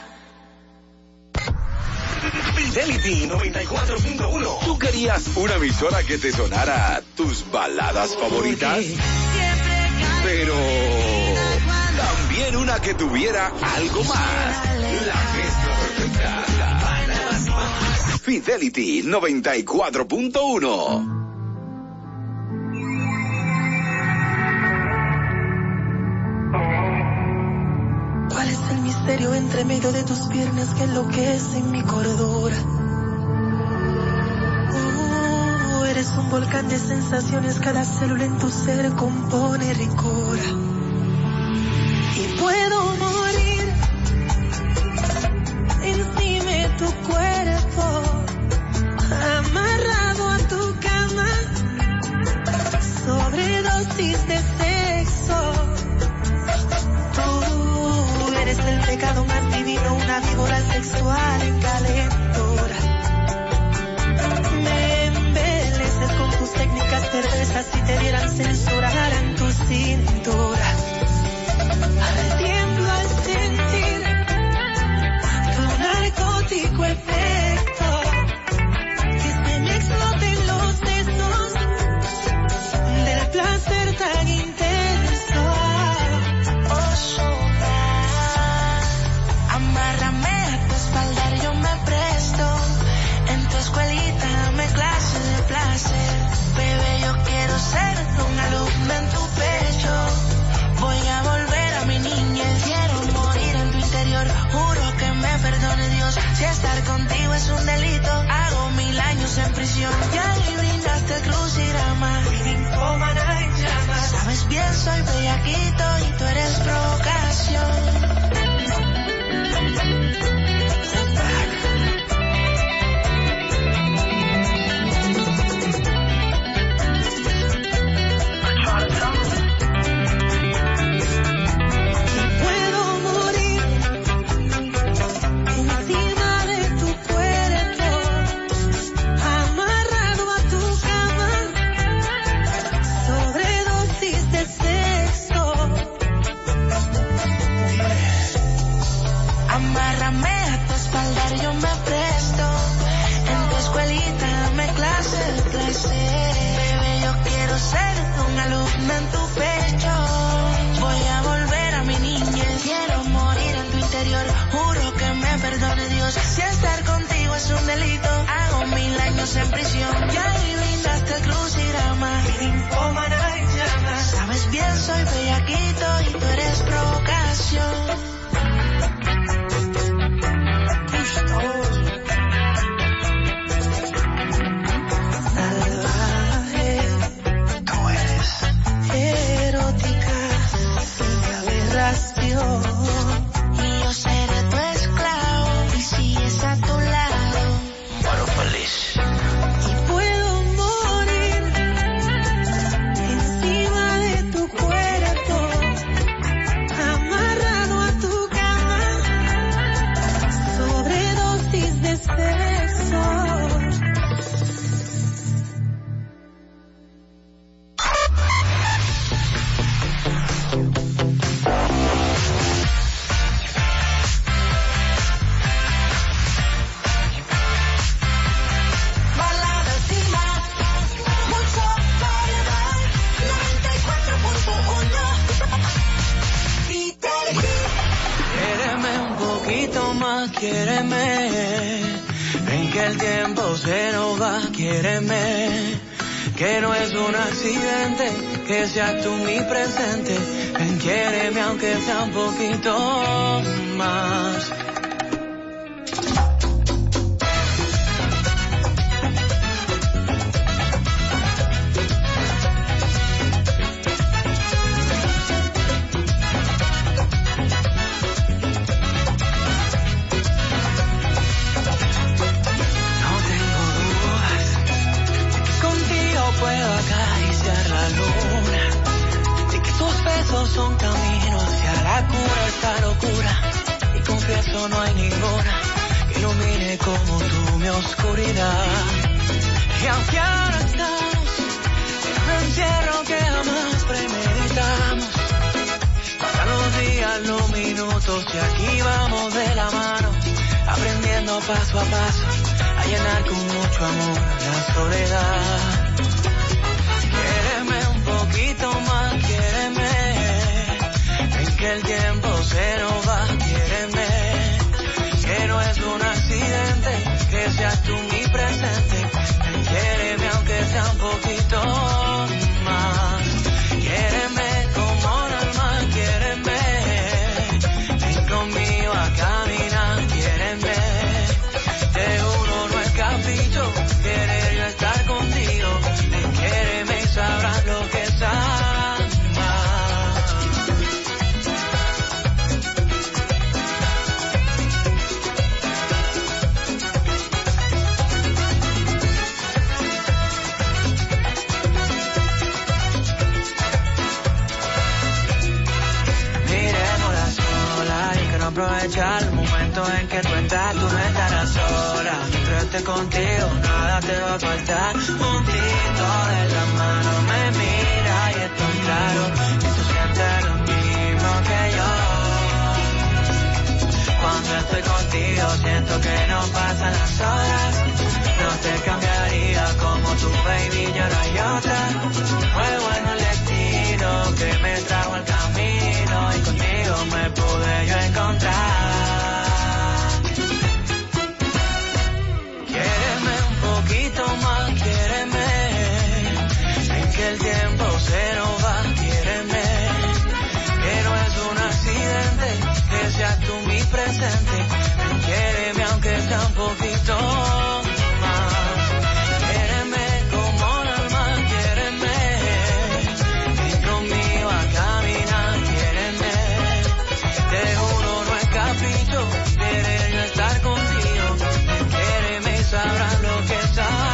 Speaker 10: Fidelity 94.1.
Speaker 2: ¿Tú querías una emisora que te sonara tus baladas favoritas? Pero también una que tuviera algo más. La mezcla perfecta. Baladas y más. Fidelity 94.1.
Speaker 15: ¿Cuál es el misterio entre medio de tus piernas que enloquece mi cordura? Eres un volcán de sensaciones, cada célula en tu ser compone ricura. Y puedo morir encima de tu cuerpo, amarrado a tu cama, sobredosis de sexo. Tú eres el pecado más divino, una víbora sexual en calentura. cervezas si te dieran censurar en tu cintura. Al tiempo al sentir tu narcótico efecto, que se me exploten los sesos del placer tan intenso.
Speaker 6: Oh, sola, amárrame a tu espalda, yo me presto. En tu escuelita dame clase de placer. Bebé, yo quiero ser una alumna en tu pecho. Voy a volver a mi niñez. Quiero morir en tu interior. Juro que me perdone Dios. Si estar contigo es un delito, hago 1000 años en prisión. Ya me brindaste el crucigrama.
Speaker 15: Ninfómana en llamas.
Speaker 6: Sabes bien, soy bellaquito y tú eres provocación. En tu pecho voy a volver a mi niñez. Quiero morir en tu interior. Juro que me perdone Dios. Si estar contigo es un delito, hago 1000 años en prisión. Ya me brindaste el crucigrama.
Speaker 15: Ninfómana en llamas.
Speaker 6: Sabes bien, soy bellaquito y tú eres provocación. Y yo seré tu esclavo y sigues a tu lado.
Speaker 7: Muero feliz.
Speaker 15: Y puedo morir encima de tu cuerpo, amarrado a tu cama, sobredosis de sexo.
Speaker 8: Quiéreme, ven que el tiempo se nos va, quiéreme, que no es un accidente, que seas tú mi presente, ven quiéreme aunque sea un poquito más. Son caminos hacia la cura, esta locura, y confieso no hay ninguna que ilumine como tú mi oscuridad. Y aunque ahora estamos en un encierro que jamás premeditamos, pasan los días, los minutos y aquí vamos de la mano, aprendiendo paso a paso a llenar con mucho amor la soledad. Quiéreme un poquito más, quiéreme, que el tiempo se nos va, quiéreme, que no es un accidente, que seas tú mi presente, quiéreme aunque sea un poquito más, quiéreme como el mar, quiéreme, ven conmigo a caminar, quiéreme, te juro no es capricho, querer yo estar contigo, ven quiéreme y sabrás lo que sabes. en que tú estás, tú no estarás sola. Mientras esté contigo, nada te va a faltar. Juntito de la mano me mira y es tan claro que tú sientes lo mismo que yo. Cuando estoy contigo siento que no pasan las horas. No te cambiaría como tu baby, ya no hay otra. Fue bueno el destino que me trajo al camino y contigo me pude yo encontrar. Quiéreme un poquito más, quiéreme. Sin que el tiempo se nos va, quiéreme. Que no es un accidente, que seas tú mi presente. Quiéreme aunque sea un poquito más. Quiéreme como un alma, quiéreme. Ven conmigo a caminar, quiéreme. Te juro no es capricho, querer yo estar contigo. Quiéreme y sabrás lo que es amar.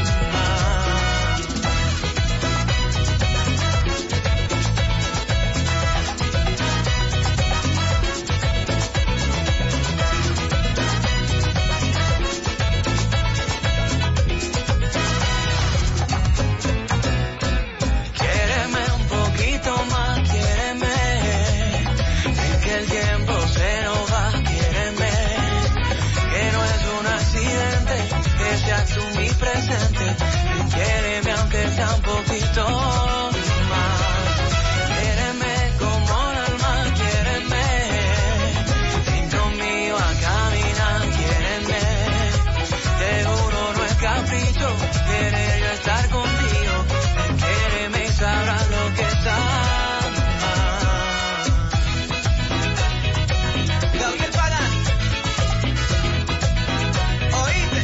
Speaker 8: Tú mi presente, quiéreme aunque sea un poquito más. Quiéreme como un alma, quiéreme. Ven conmigo a caminar, quiéreme. Te juro no es capricho, querer yo estar contigo. Quiéreme y sabrás lo que es amar. Gabriel Pagani. ¿Oíste?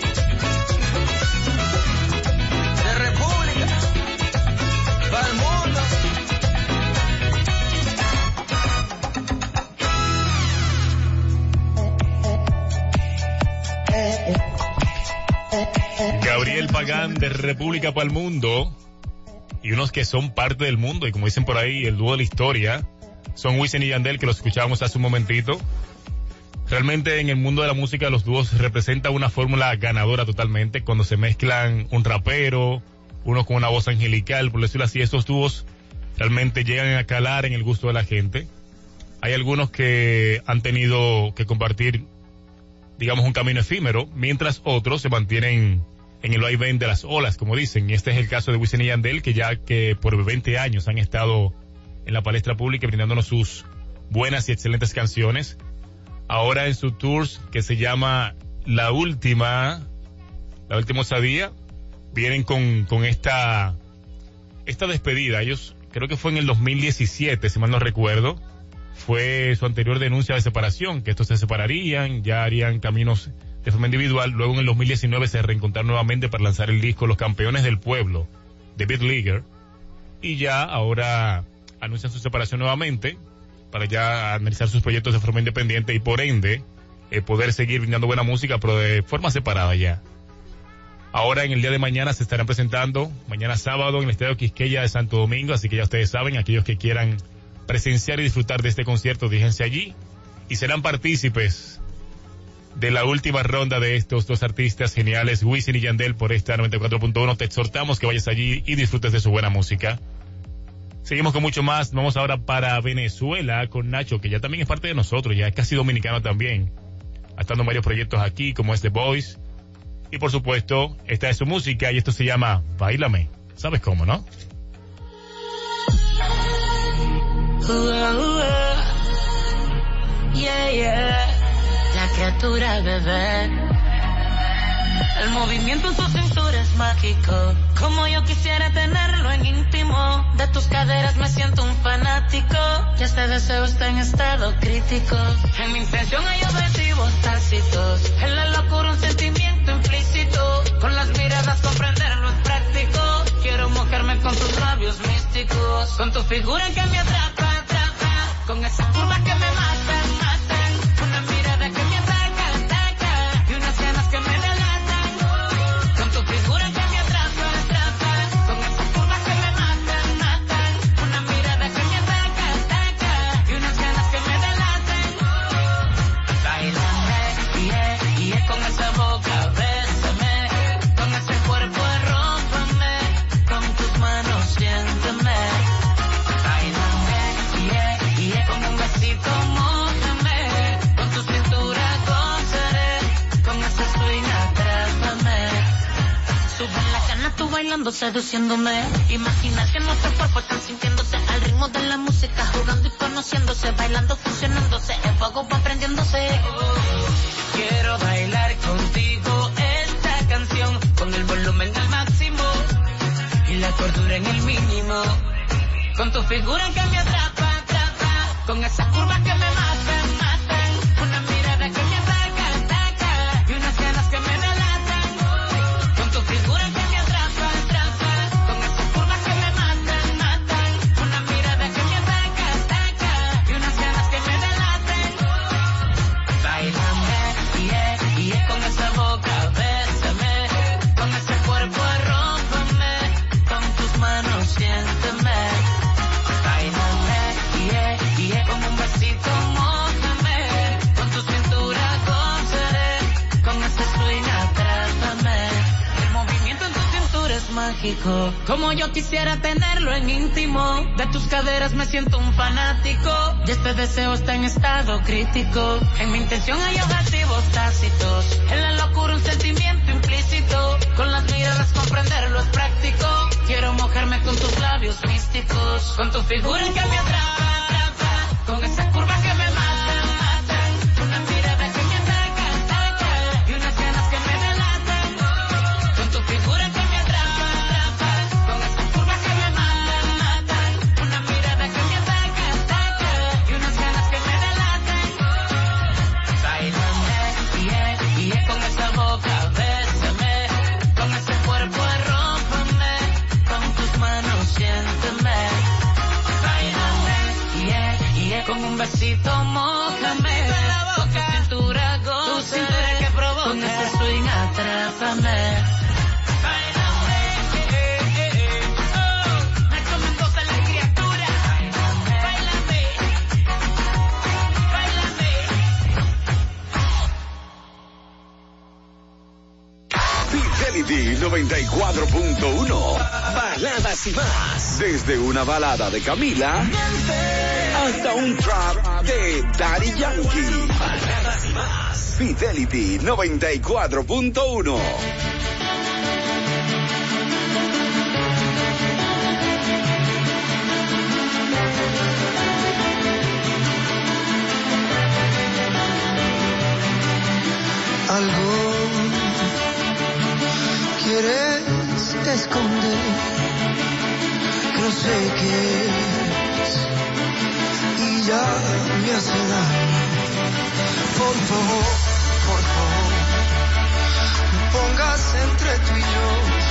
Speaker 4: Gabriel Pagán de República para el Mundo, y unos que son parte del mundo, y como dicen por ahí, el dúo de la historia, son Wisin y Yandel, que los escuchábamos hace un momentito. Realmente en el mundo de la música los dúos representan una fórmula ganadora totalmente, cuando se mezclan un rapero, uno con una voz angelical, por decirlo así. Estos dúos realmente llegan a calar en el gusto de la gente. Hay algunos que han tenido que compartir, digamos, un camino efímero, mientras otros se mantienen en el vaivén de las olas, como dicen. Y este es el caso de Wisin y Yandel, que ya que por 20 años han estado en la palestra pública brindándonos sus buenas y excelentes canciones. Ahora en su tours que se llama La Última Osadía, vienen con esta despedida. Ellos, creo que fue en el 2017, si mal no recuerdo, fue su anterior denuncia de separación, que estos se separarían, ya harían caminos de forma individual. Luego en el 2019 se reencontraron nuevamente para lanzar el disco Los Campeones del Pueblo, de Beat Leaguer, y ya ahora anuncian su separación nuevamente para ya analizar sus proyectos de forma independiente y por ende poder seguir brindando buena música, pero de forma separada ya. Ahora en el día de mañana se estarán presentando, mañana sábado, en el Estadio Quisqueya de Santo Domingo, así que ya ustedes saben, aquellos que quieran presenciar y disfrutar de este concierto, díjense allí y serán partícipes de la última ronda de estos dos artistas geniales, Wisin y Yandel, por esta 94.1. Te exhortamos que vayas allí y disfrutes de su buena música. Seguimos con mucho más. Vamos ahora para Venezuela con Nacho, que ya también es parte de nosotros, ya es casi dominicano también. Ha estado en varios proyectos aquí, como es The Voice. Y por supuesto, esta es su música y esto se llama Báilame. ¿Sabes cómo, no?
Speaker 16: Yeah, yeah. La criatura bebé. El movimiento en tu cintura es mágico. Como yo quisiera tenerlo en íntimo. De tus caderas me siento un fanático. Y este deseo está en estado crítico. En mi intención hay objetivos tácitos. En la locura un sentimiento implícito. Con las miradas comprenderlo es práctico. Quiero mojarme con tus labios místicos. Con tu figura que me atrapa. Con esa curva que me matan. Una mirada que me ataca. Y unas ganas que me delatan. Con tu figura que me atrapa. Con esa curva que me matan. Una mirada que me ataca. Y unas ganas que me delatan. Bailando. bailando, seduciéndome. Imagina que nuestros cuerpos están sintiéndose al ritmo de la música, jugando y conociéndose, bailando, funcionándose, el fuego va prendiéndose. Quiero bailar contigo esta canción, con el volumen al máximo y la cordura en el mínimo. Con tu figura que me atrapa, con esas curvas que me matan, una mirada que me ataca, y unas ganas que me delatan. Con tu figura que me atrapa, con esas curvas que me matan, una mirada que me ataca, y unas ganas que me delaten. Báilame, con esa boca, bésame, con ese cuerpo arrópame, con tus manos siénteme. Con un besito mójame, con tu cintura gozaré, con ese swing atrápame. El movimiento en tu cintura es mágico, como yo quisiera tenerlo en íntimo. De tus caderas me siento un fanático, y este deseo está en estado crítico. En mi intención hay objetivos tácitos, en la locura un sentimiento implícito. Con las miradas comprenderlo es práctico. Quiero mojarme con tus labios místicos, con tu figura que me atrapa, con esas curvas que me matan, una mirada que me ataca, y unas ganas que me delatan. Con tu figura que me atrapa, con esas curvas que me matan, una mirada que me ataca, y unas ganas que me delatan. Báilame, con esa boca, bésame, con ese cuerpo arrópame, con tus manos siénteme. Con un besito mójame, con tu cintura goce, que provoca, con ese swing atrápame. Me comentosa la criatura. Báilame,
Speaker 2: Fidelity 94.1. Baladas y más. Desde una balada de Camila hasta un trap de Daddy Yankee. Baladas y más. Fidelity 94.1.
Speaker 15: Algo quieres esconder, no sé qué es, y ya me hace daño. Por favor, no pongas entre tú y yo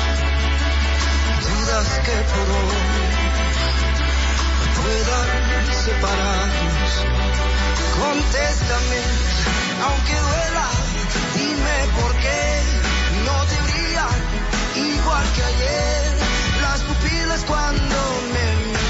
Speaker 15: dudas que por hoy puedan separarnos. Contéstame, aunque duela, dime por qué no te brillan igual que ayer las pupilas cuando me miras.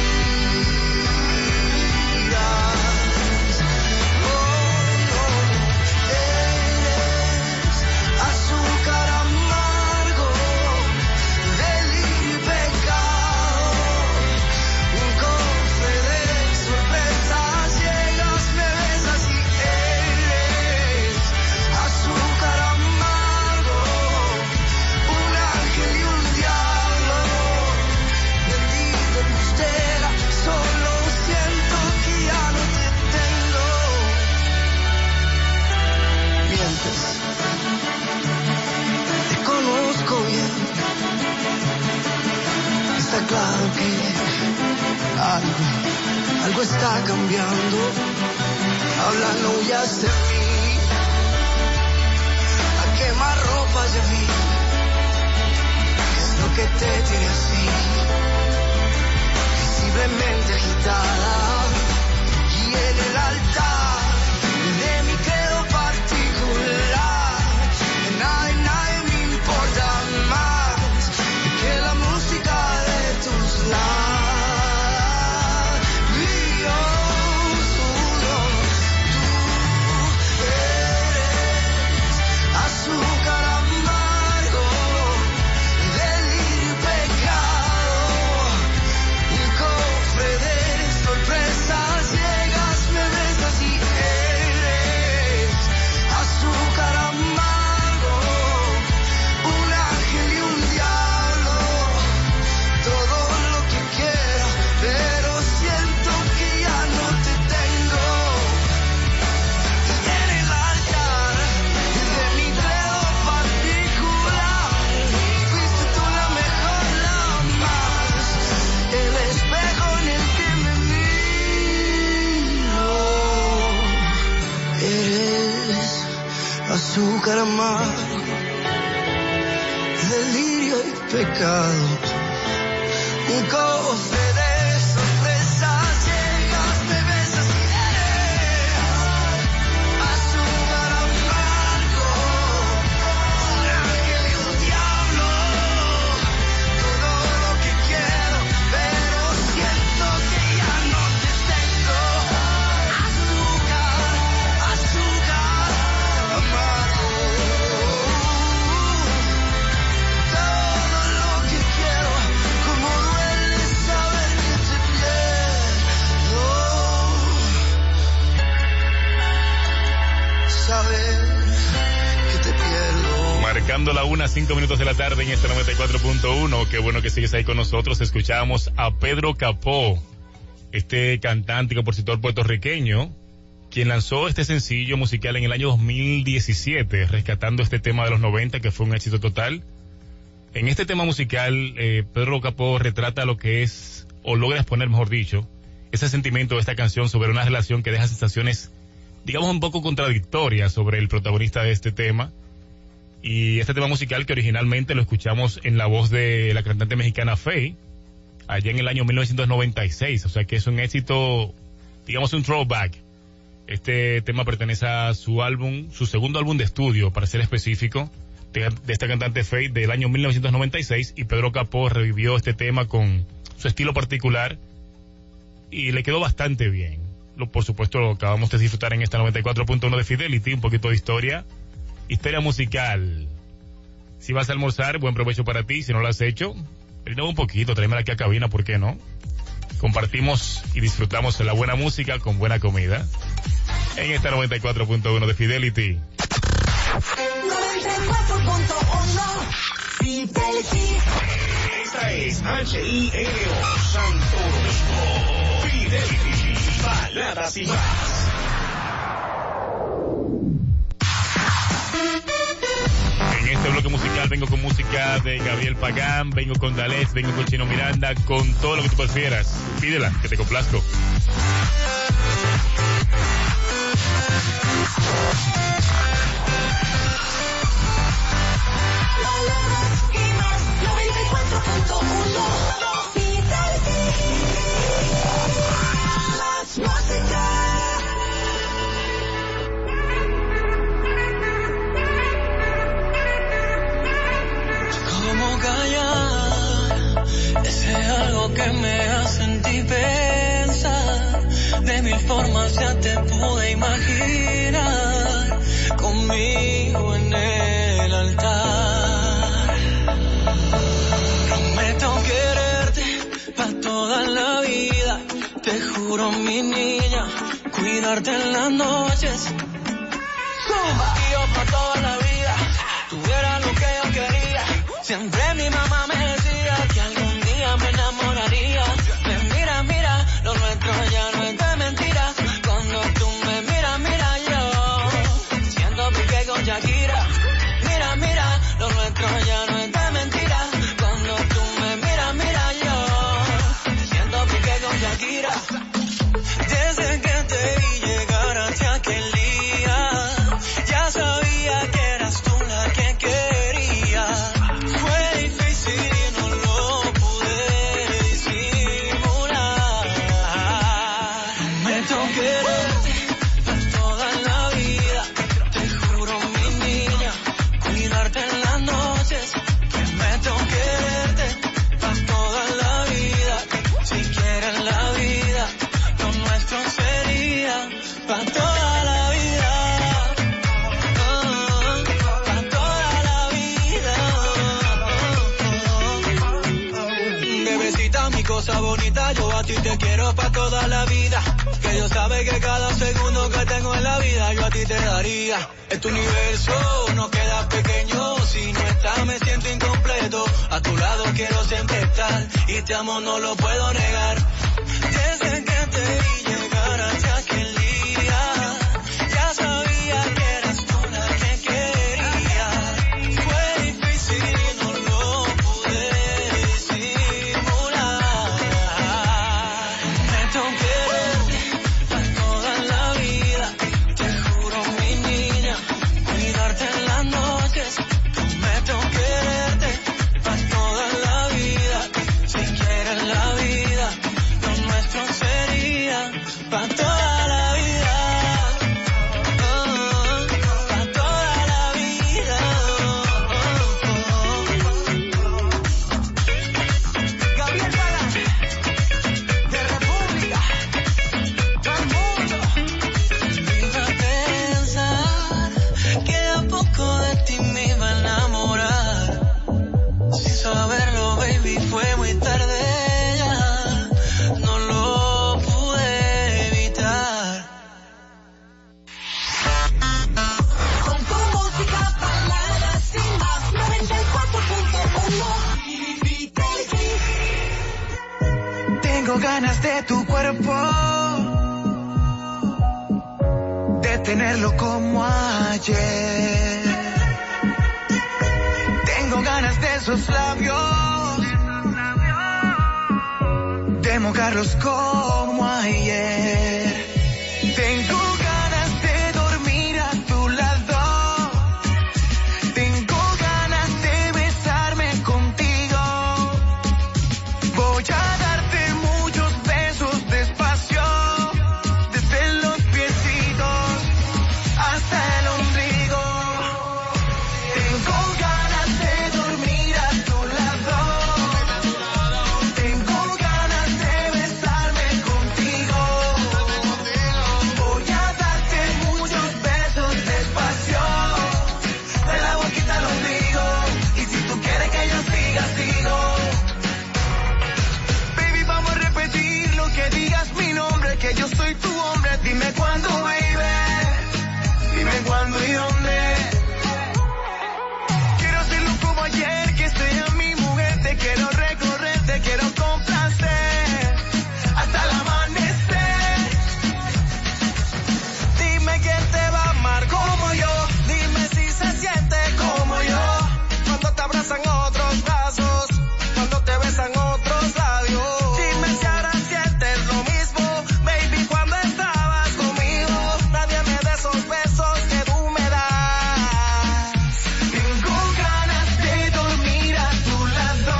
Speaker 15: Azúcar amargo, delirio y pecado, un cofre de sorpresas, llegas, me besas y eres azúcar amargo, un ángel y un diablo, bendito embustera, solo siento que ya no te tengo. Mientes, conozco bien, está claro que algo está cambiando, hablando ya de mí, a quemar ropas de mí, ¿qué es lo que te tiene así, visiblemente agitada, y en el altar de mi credo particular, nadie me importa más que la música de tus labios. Tú eres azúcar amargo, delirio y pecado, un cofre de sorpresas. azúcar amargo, delirio y pecado, un cofre de sorpresas, llegas, me besas y eres azúcar amargo, un ángel y un diablo, todo lo que quiero, pero siento que ya no te tengo, azúcar, azúcar amargo, todo lo que quiero, como duele saber que te pierdo, saber que te pierdo.
Speaker 4: Marcando la 1:05 minutos de la tarde en este 94.1. Qué bueno que sigues ahí con nosotros. Escuchábamos a Pedro Capó, este cantante y compositor puertorriqueño, quien lanzó este sencillo musical en el año 2017, rescatando este tema de los 90 que fue un éxito total. En este tema musical, Pedro Capó retrata lo que es, o logra exponer, mejor dicho, ese sentimiento de esta canción sobre una relación que deja sensaciones, digamos, un poco contradictorias sobre el protagonista de este tema. Y este tema musical que originalmente lo escuchamos en la voz de la cantante mexicana Faye, allá en el año 1996, o sea que es un éxito, digamos, un throwback. Este tema pertenece a su álbum, su segundo álbum de estudio, para ser específico, de esta cantante Faye del año 1996, y Pedro Capó revivió este tema con su estilo particular y le quedó bastante bien. Por supuesto, lo acabamos de disfrutar en esta 94.1 de Fidelity, un poquito de historia musical. Si vas a almorzar, buen provecho para ti. Si no lo has hecho, brinda un poquito, tráemela aquí a cabina, ¿por qué no? Compartimos y disfrutamos de la buena música con buena comida en esta 94.1 de Fidelity.
Speaker 15: 94.1 Fidelity.
Speaker 10: Esta es HILO Santo Domingo. Fidelity, baladas y más.
Speaker 4: En este bloque musical vengo con música de Gabriel Pagán, vengo con Dalés, vengo con Chino Miranda, con todo lo que tú prefieras. Pídela, que te complazco.
Speaker 15: Baladas y más, 94.1 Fidelity. Más música. ¿Cómo callar ese algo que me hace en ti pensar? De mil formas ya te pude imaginar conmigo en el altar. Prometo quererte para toda la vida. Te juro, mi niña, cuidarte en las noches. Y yo para toda la vida tuviera lo que yo quería. Siempre mi mamá me decía que algún día me enamoraría. Mira, mira, lo nuestro ya no es de mentiras. Cuando tú me miras, mira yo siento pique con Shakira. Mira, mira, lo nuestro ya no es de mentiras. Cuando tú me miras, mira yo siento pique con Shakira. Desde que te vi llegar hacia aquel día, ya sabía que eras tú la que quería. Fue difícil y no lo pude disimular. Prometo quererte por toda la vida. Te juro, mi niña, cuidarte en las noches. Prometo quererte por toda la vida. Si quieres la vida, lo nuestro sería para toda la vida. Para toda la vida. Bebecita, mi cosa bonita, yo a ti te quiero para toda la vida. Que Dios sabe que cada segundo que tengo en la vida yo a ti te daría. Este universo no queda pequeño, si no estás me siento incompleto. A tu lado quiero siempre estar y te amo, no lo puedo negar. Desde que te vi llegar hacia aquel día, ya sabía que eras tú la que quería. Fue difícil y no lo pude disimular. Prometo quererte para toda la vida. Te juro, mi niña, cuidarte
Speaker 17: ganas de tu cuerpo, de tenerlo como ayer. Tengo ganas de esos labios, de mojarlos como ayer. Tengo ganas de dormir a tu lado, tengo ganas de besarme contigo. Voy a darte muchos besos despacio, desde los piecitos hasta el ombligo. Tengo ganas de dormir a tu lado, tengo ganas de besarme contigo. Voy a darte muchos besos despacio, de la boquita al ombligo. Y si tú quieres que yo siga, sigo. Baby, vamos a repetir lo que digas mi nombre, que yo soy tu hombre. Dime cuándo, baby, dime cuándo y dónde. Quiero hacerlo como ayer, que sea mi mujer. Te quiero recorrer, te quiero complacer hasta el amanecer. Dime quién te va a amar como yo, dime si se siente como yo. Cuando te abrazan otros brazos, cuando te besan otros labios. Dime si ahora sientes lo mismo, baby, cuando estabas conmigo. Nadie me da esos besos que tú me das. Tengo ganas de dormir a tu lado,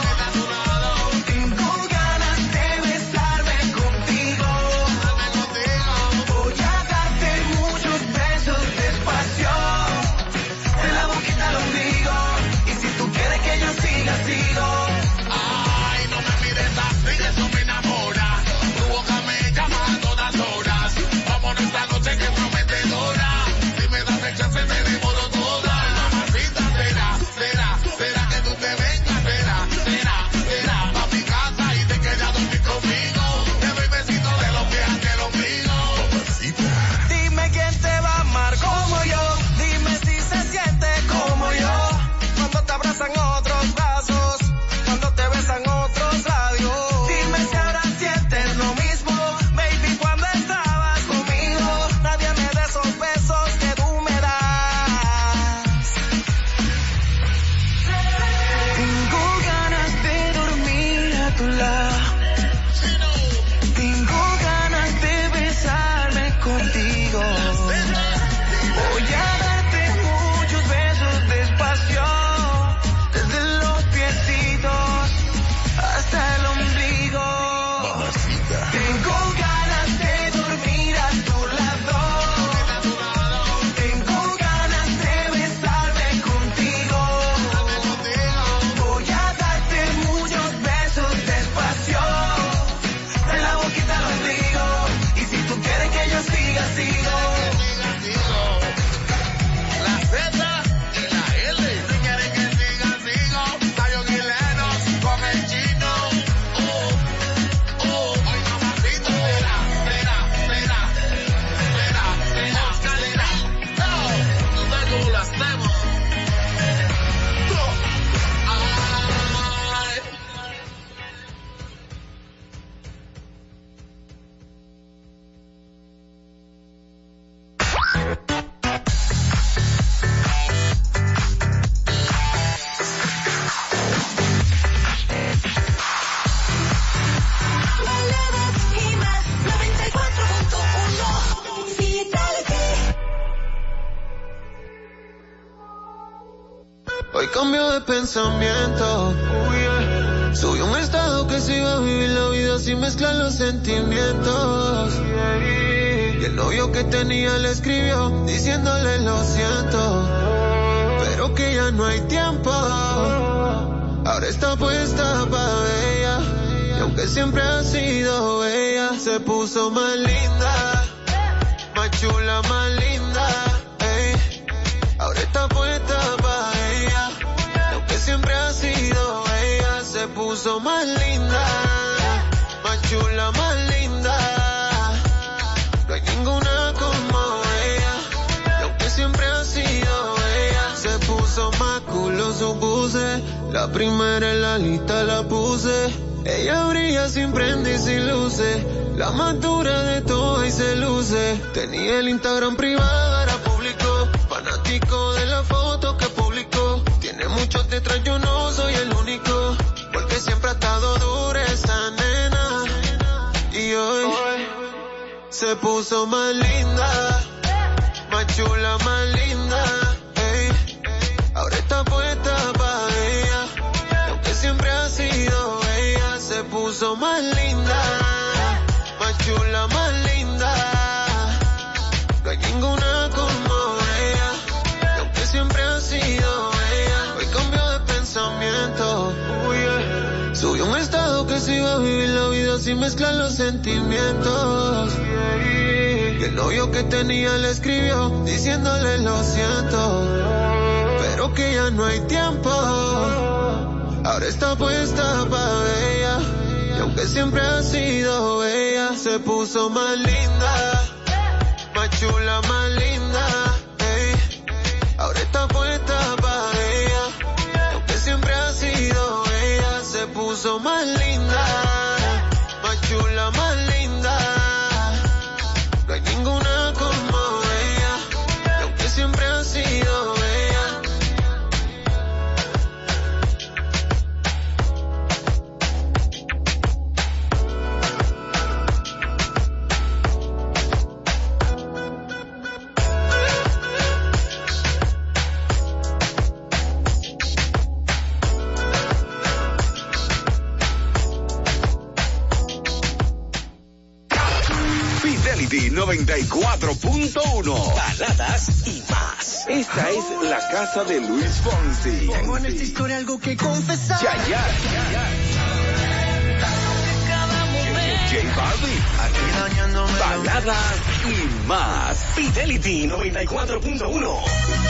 Speaker 17: tengo ganas de besarme contigo. Voy a darte muchos besos despacio, de la boquita al ombligo. Y si tú quieres que yo siga, sigo.
Speaker 18: Ay, no me mires así, eso me enamora. Tu boca me llama a todas horas. Vámonos esta noche que es prometedora. Si me das el chance me devoro toda. Mamacita, será que tú te vengas, será pa' mi casa y te quedas a dormir conmigo. Te doy besitos de los pies hasta el ombligo.
Speaker 17: Dime quién te va a amar como yo, dime si se siente como yo. Cuando te abrazan otros brazos, cuando te besan otros labios. Dime si ahora sientes lo mismo, baby, cuando estabas conmigo. Nadie me da esos besos que tú me das. Tengo ganas de dormir a tu lado, tengo ganas de besarme contigo. Voy a darte muchos besos despacio, desde los piecitos hasta el ombligo. Tengo ganas de dormir a tu lado, tengo ganas de besarme contigo. Voy a darte muchos besos despacio, de la boquita al ombligo. Y si tú quieres que yo siga, sigo.
Speaker 18: La Z y la L. Si quieren que siga, sigo. Tayo Guilenos con el chino. Ay, mamacita, será. Calidad. No, tú sabes cómo lo hacemos. Ay.
Speaker 5: Hoy cambio de pensamiento. Subí un estado que se iba a vivir la vida sin mezclar los sentimientos. Y el novio que tenía le escribió diciéndole lo siento, pero que ya no hay tiempo. Ahora está puesta pa' ella, y aunque siempre ha sido bella, se puso más linda, más chula, más linda. Ey. Ahora está puesta pa' ella, y aunque siempre ha sido bella, se puso más linda, más chula, más linda. No hay ninguna como ella, y aunque siempre ha sido bella, se puso más culo, su puso puse, la primera en la lista la puse. Ella brilla sin prenda y sin luces, la más dura de todas y se luce. Tenía el Instagram privado, ahora público, fanático de la foto que publicó. Tiene muchos detrás, yo no soy el único, porque siempre ha estado dura esa nena. Y hoy se puso más linda, más chula, más linda. Ey, ahora está puesta pa' ella, y aunque siempre ha sido ella, se puso más linda, más chula, más linda. No hay ninguna como ella, y aunque siempre ha sido ella, hoy cambió de pensamiento. Subió un estado que se iba a vivir la vida sin mezclar los sentimientos. Y el novio que tenía le escribió diciéndole lo siento, pero que ya no hay tiempo. Ahora está puesta pa' ella, y aunque siempre ha sido ella, se puso más linda, más chula, más linda. Ey, ahora está puesta pa' ella, y aunque siempre ha sido ella, se puso más linda, más chula, más linda. No hay ninguna como ella, y aunque siempre ha sido ella.
Speaker 2: Fidelity 94.1. Baladas y más. Esta es la casa de Luis Fonsi.
Speaker 14: Tengo en esta historia algo que confesar.
Speaker 2: Ya. J Balvin.
Speaker 14: Aquí dañándome.
Speaker 2: Baladas y más.
Speaker 10: Fidelity 94.1.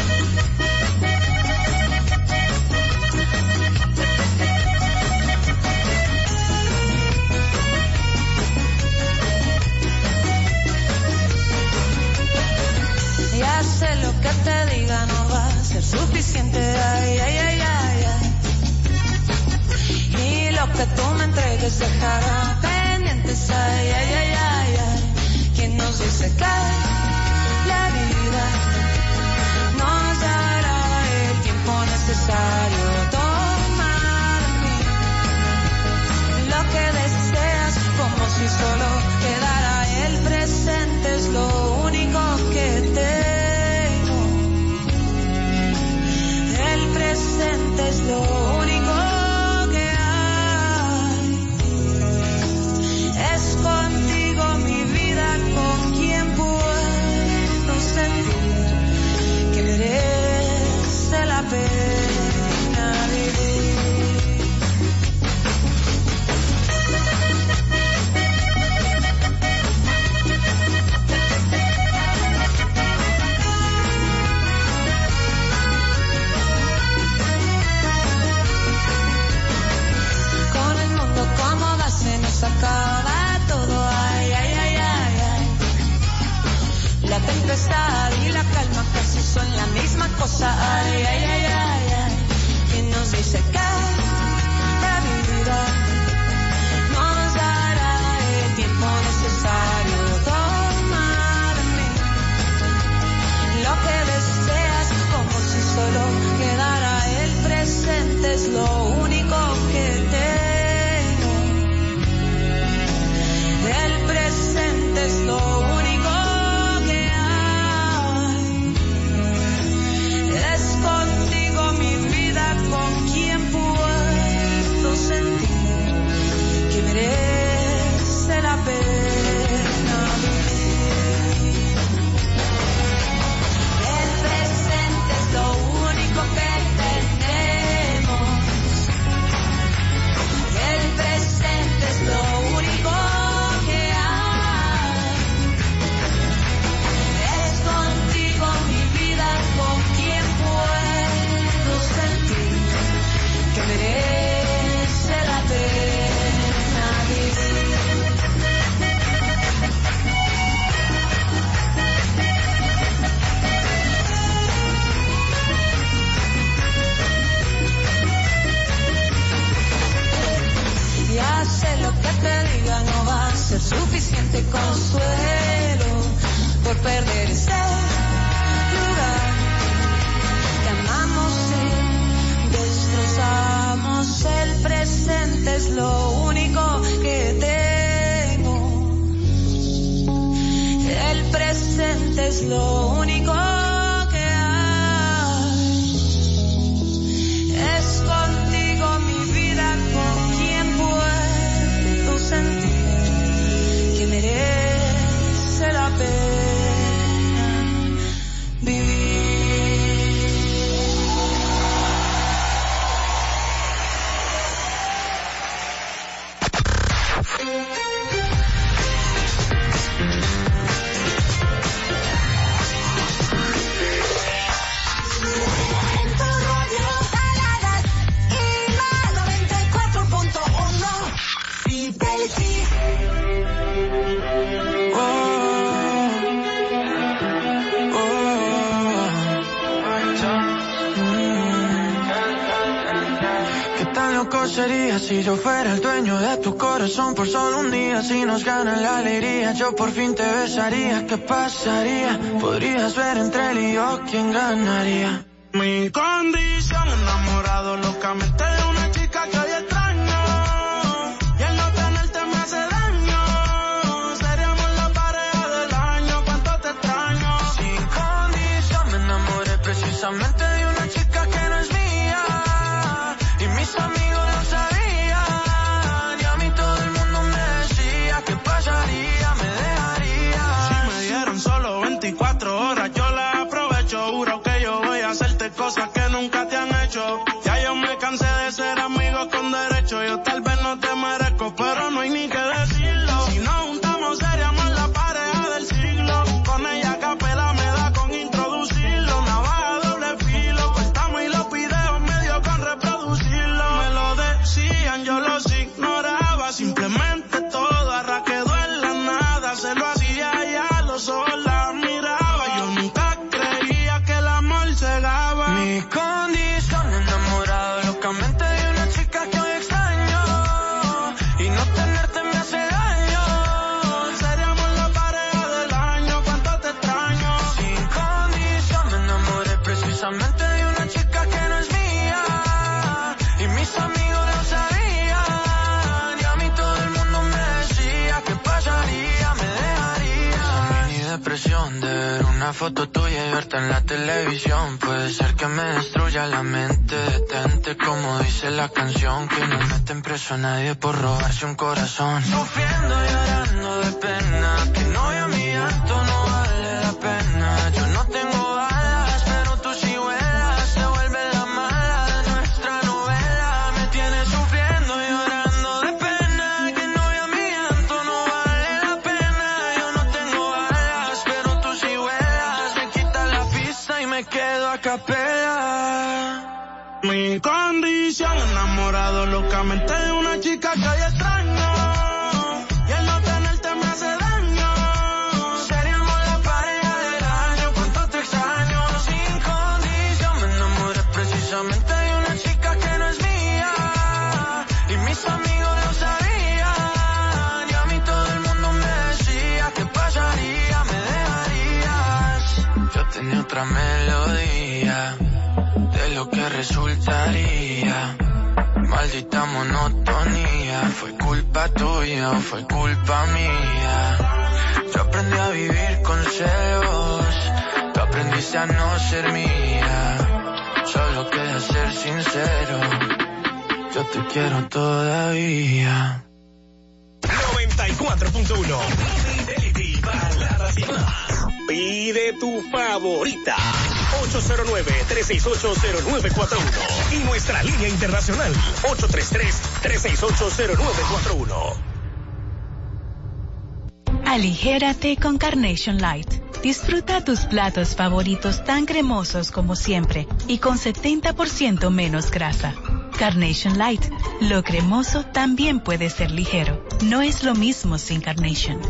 Speaker 16: Ya sé lo que te diga no va a ser suficiente, ay, ay, ay, ay, ay. Y lo que tú me entregues dejará pendientes, ay, ay, ay, ay, ay. ¿Quién nos dice que la vida nos dará el tiempo necesario? Tomar lo que deseas como si solo quedara el presente, es lo único que tengo. El presente es lo único que hay. Es contigo mi vida, con quien puedo sentir que merece la pena vivir. Se acaba todo, ay, ay, ay, ay, ay. La tempestad y la calma casi son la misma cosa, ay, ay, ay, ay, ay. ¿Quién nos dice que la vida nos dará el tiempo necesario? Tomarme lo que deseas como si solo quedara el presente, es lo único que tengo. El presente es lo único que hay. Es contigo mi vida, con quien puedo
Speaker 6: suficiente consuelo por perder ese lugar que amamos y destrozamos. El presente es lo único que tengo. El presente es lo único que hay. Es contigo mi vida, con quien puedo sentir que merece la pena vivir.
Speaker 17: Sería si yo fuera el dueño de tu corazón por solo un día. Si nos ganan la alegría, yo por fin te besaría. ¿Qué pasaría? Podrías ver entre él y yo quién ganaría.
Speaker 13: Mi condición, enamorado locamente de una chica que hoy extraño. Y el no tenerte me hace daño. Seríamos la pareja del año. ¿Cuánto te extraño?
Speaker 17: Sin condición, me enamoré precisamente de una chica que no es mía. Y mis amigos lo sabían, y a mí todo el mundo me decía ¿qué pasaría? Me dejaría.
Speaker 13: Si me dieron solo 24 horas, yo las aprovecho. Juro que yo voy a hacerte cosas que nunca te han hecho. Ya yo me cansé de ser amigo con derecho. Yo tal vez no te merezco, pero no hay ni que decirlo. Si nos juntamos seríamos la pareja del siglo. Con ella a capela me da con introducirlo. Navaja doble filo, cortamos y los videos medio con reproducirlo. Me lo decían, yo los ignoraba. Simplemente todo arraquedó en la nada. Se lo hacía y a los ojos la miraba. Yo nunca creía que el amor cegaba.
Speaker 17: Mi condición, enamorado locamente de una chica que hoy extraño. Y no tenerte me hace daño.
Speaker 13: Seríamos la pareja del año. ¿Cuánto te extraño?
Speaker 17: Sin condición, me enamoré precisamente de una chica que no es mía. Y mis amigos lo sabían, y a mí todo el mundo me decía ¿qué pasaría? Me dejaría. Mini depresión de ver una foto tuya y verte en la televisión. Puede ser que me destruya la mente. Detente como dice la canción, que no meten preso a nadie por robarse un corazón. Sufriendo y llorando de pena, que no vea mi llanto, no vale la pena. Yo no tengo balas, pero tú sí vuelas. Se vuelve la mala de nuestra novela. Me tienes sufriendo y llorando de pena, que no vea mi llanto, no vale la pena. Yo no tengo balas, pero tú sí vuelas. Me quitas la pista y me quedo a capela.
Speaker 13: Mi condición, enamorado locamente de una chica que hoy extraño. Y el no tenerte me hace daño.
Speaker 17: Seríamos la pareja del año. ¿Cuánto te extraño? Sin condición, me enamoré precisamente de una chica que no es mía. Y mis amigos lo sabían, y a mí todo el mundo me decía ¿qué pasaría? Me dejarías. Yo tenía otra melodía de lo que resultaría. Maldita monotonía. ¿Fue culpa tuya o fue culpa mía? Yo aprendí a vivir con celos. Tú aprendiste a no ser mía. Solo queda ser sincero. Yo te quiero todavía.
Speaker 10: 94.1 Fidelity, baladas y más. Pide tu favorita 809-368-0941 y nuestra línea internacional 833-368-0941.
Speaker 11: Aligérate con Carnation Light. Disfruta tus platos favoritos tan cremosos como siempre y con 70% menos grasa. Carnation Light. Lo cremoso también puede ser ligero. No es lo mismo sin Carnation.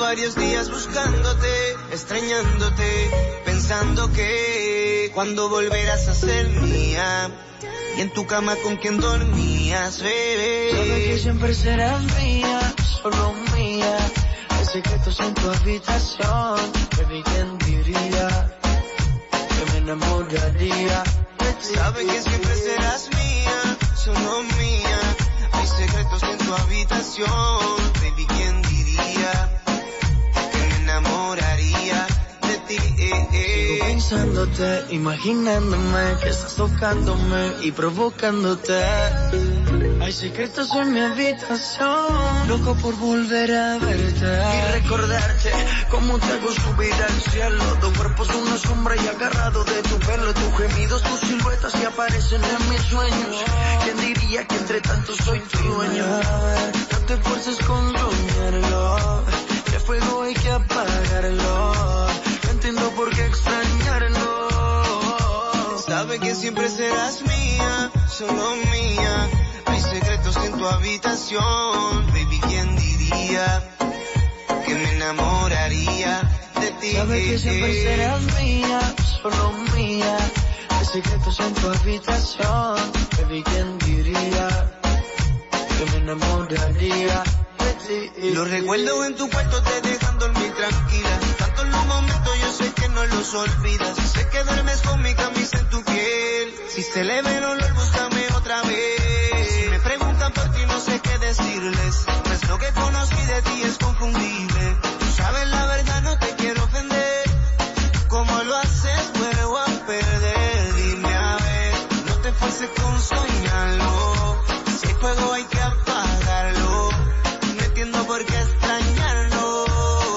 Speaker 1: varios días buscándote, extrañándote, pensando que cuando volverás a ser mía. Y en tu cama con quien dormías, bebé.
Speaker 8: Sabes que siempre serás mía, solo mía. Hay secretos en tu habitación, baby, ¿quién diría que me enamoraría?
Speaker 1: Sabes que siempre serás mía, solo mía. Hay secretos en tu habitación, baby, ¿quién diría que me enamoraría de ti?
Speaker 8: Sigo pensándote, imaginándome que estás tocándome y provocándote. Hay secretos en mi habitación, loco por volver a verte y recordarte cómo te hago subir al cielo. Tu cuerpo es una sombra y agarrado de tu pelo, tus gemidos, tus siluetas que aparecen en mis sueños. ¿Quién diría que entre tanto soy tu dueño? No te fuerces con soñarlo, que fuego hay que apagarlo. No entiendo por qué extrañarlo.
Speaker 1: Sabes que siempre serás mía, solo mía. Hay secretos en tu habitación, baby, ¿quién diría que me enamoraría de ti?
Speaker 8: Sabes que siempre serás mía, solo mía. Hay secretos en tu habitación, baby, ¿quién diría que me enamoraría de ti?
Speaker 1: Los recuerdos en tu cuarto te dejan dormir tranquila. Tantos los momentos yo sé que no los olvidas. Sé que duermes con mi camisa en tu piel. Si se le ve el olor, búscame otra vez. Si me preguntan por ti no sé qué decirles, pues lo que conocí de ti es confundible. Tú sabes la verdad, no te quiero ofender. Como lo haces, vuelvo a perder. Dime a ver, no te fuerces con soñarlo. Si hay fuego hay que apagarlo. No entiendo por qué extrañarlo.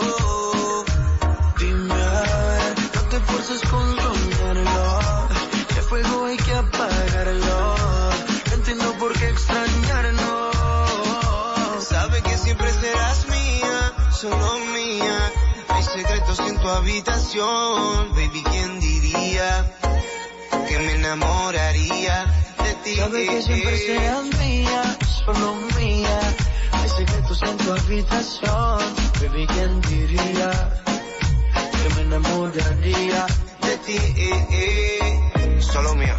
Speaker 8: Dime a ver, no te fuerces con soñarlo. Que fuego hay que apagarlo. No entiendo por qué extrañarlo.
Speaker 1: Sabes que siempre serás mía, solo mía. Hay secretos en tu habitación, baby, ¿quién diría que me enamoraría de ti?
Speaker 8: Sabes que siempre serás mía, solo mía. Hay secretos en tu habitación, baby, ¿quién diría que me enamoraría
Speaker 1: de ti? Solo mío.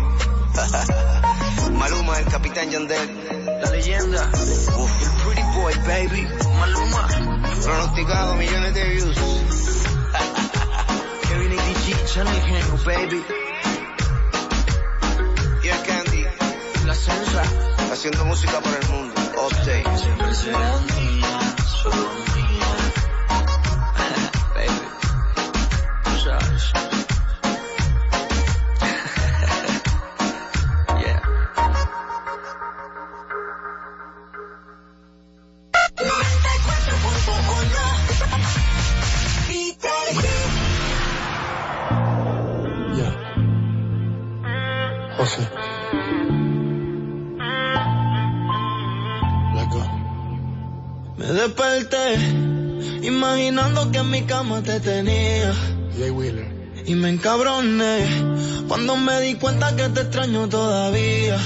Speaker 1: Maluma, el Capitán Yandel,
Speaker 8: la leyenda, el pretty boy, baby, Maluma,
Speaker 1: pronosticado millones de views.
Speaker 8: Kevin y DJ, Johnny Henry, baby,
Speaker 1: y el Candy,
Speaker 8: la Sensa,
Speaker 1: haciendo música para el mundo. Update.
Speaker 8: Siempre será mía, solo mía, baby, tú sabes.
Speaker 5: José.
Speaker 1: Me desperté imaginando que en mi cama te tenía.
Speaker 5: Jay Wheeler.
Speaker 1: Y me encabroné cuando me di cuenta que te extraño todavía.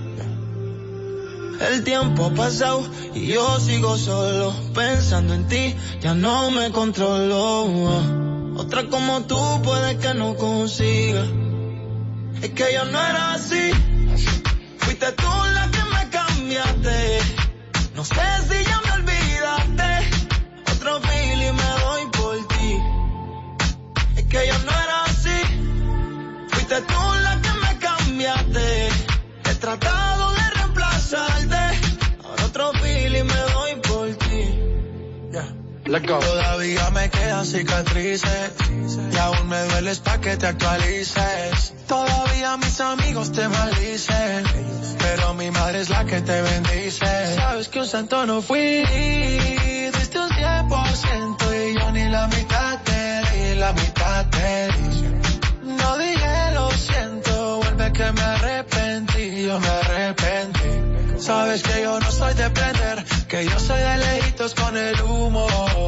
Speaker 1: El tiempo ha pasado y yo sigo solo pensando en ti, ya no me controlo. Otra como tú puede que no consiga. Es que yo no era así. Fuiste tú la que me cambiaste. No sé si ya me olvidaste. Otro feeling me doy por ti. Es que yo no era así. Fuiste tú la que me cambiaste. He tratado de reemplazarte. Ahora otro feeling me doy por ti.
Speaker 5: Let's go.
Speaker 17: Todavía me quedan cicatrices y aún me dueles pa' que te actualices. Todavía mis amigos te maldicen, pero mi madre es la que te bendice. Sabes que un santo no fui, diste un 100% y yo ni la mitad te di, la mitad te di. No dije lo siento, vuelve que me arrepentí, yo me arrepentí. Sabes que yo no soy de prender, que yo soy de lejitos con el humo.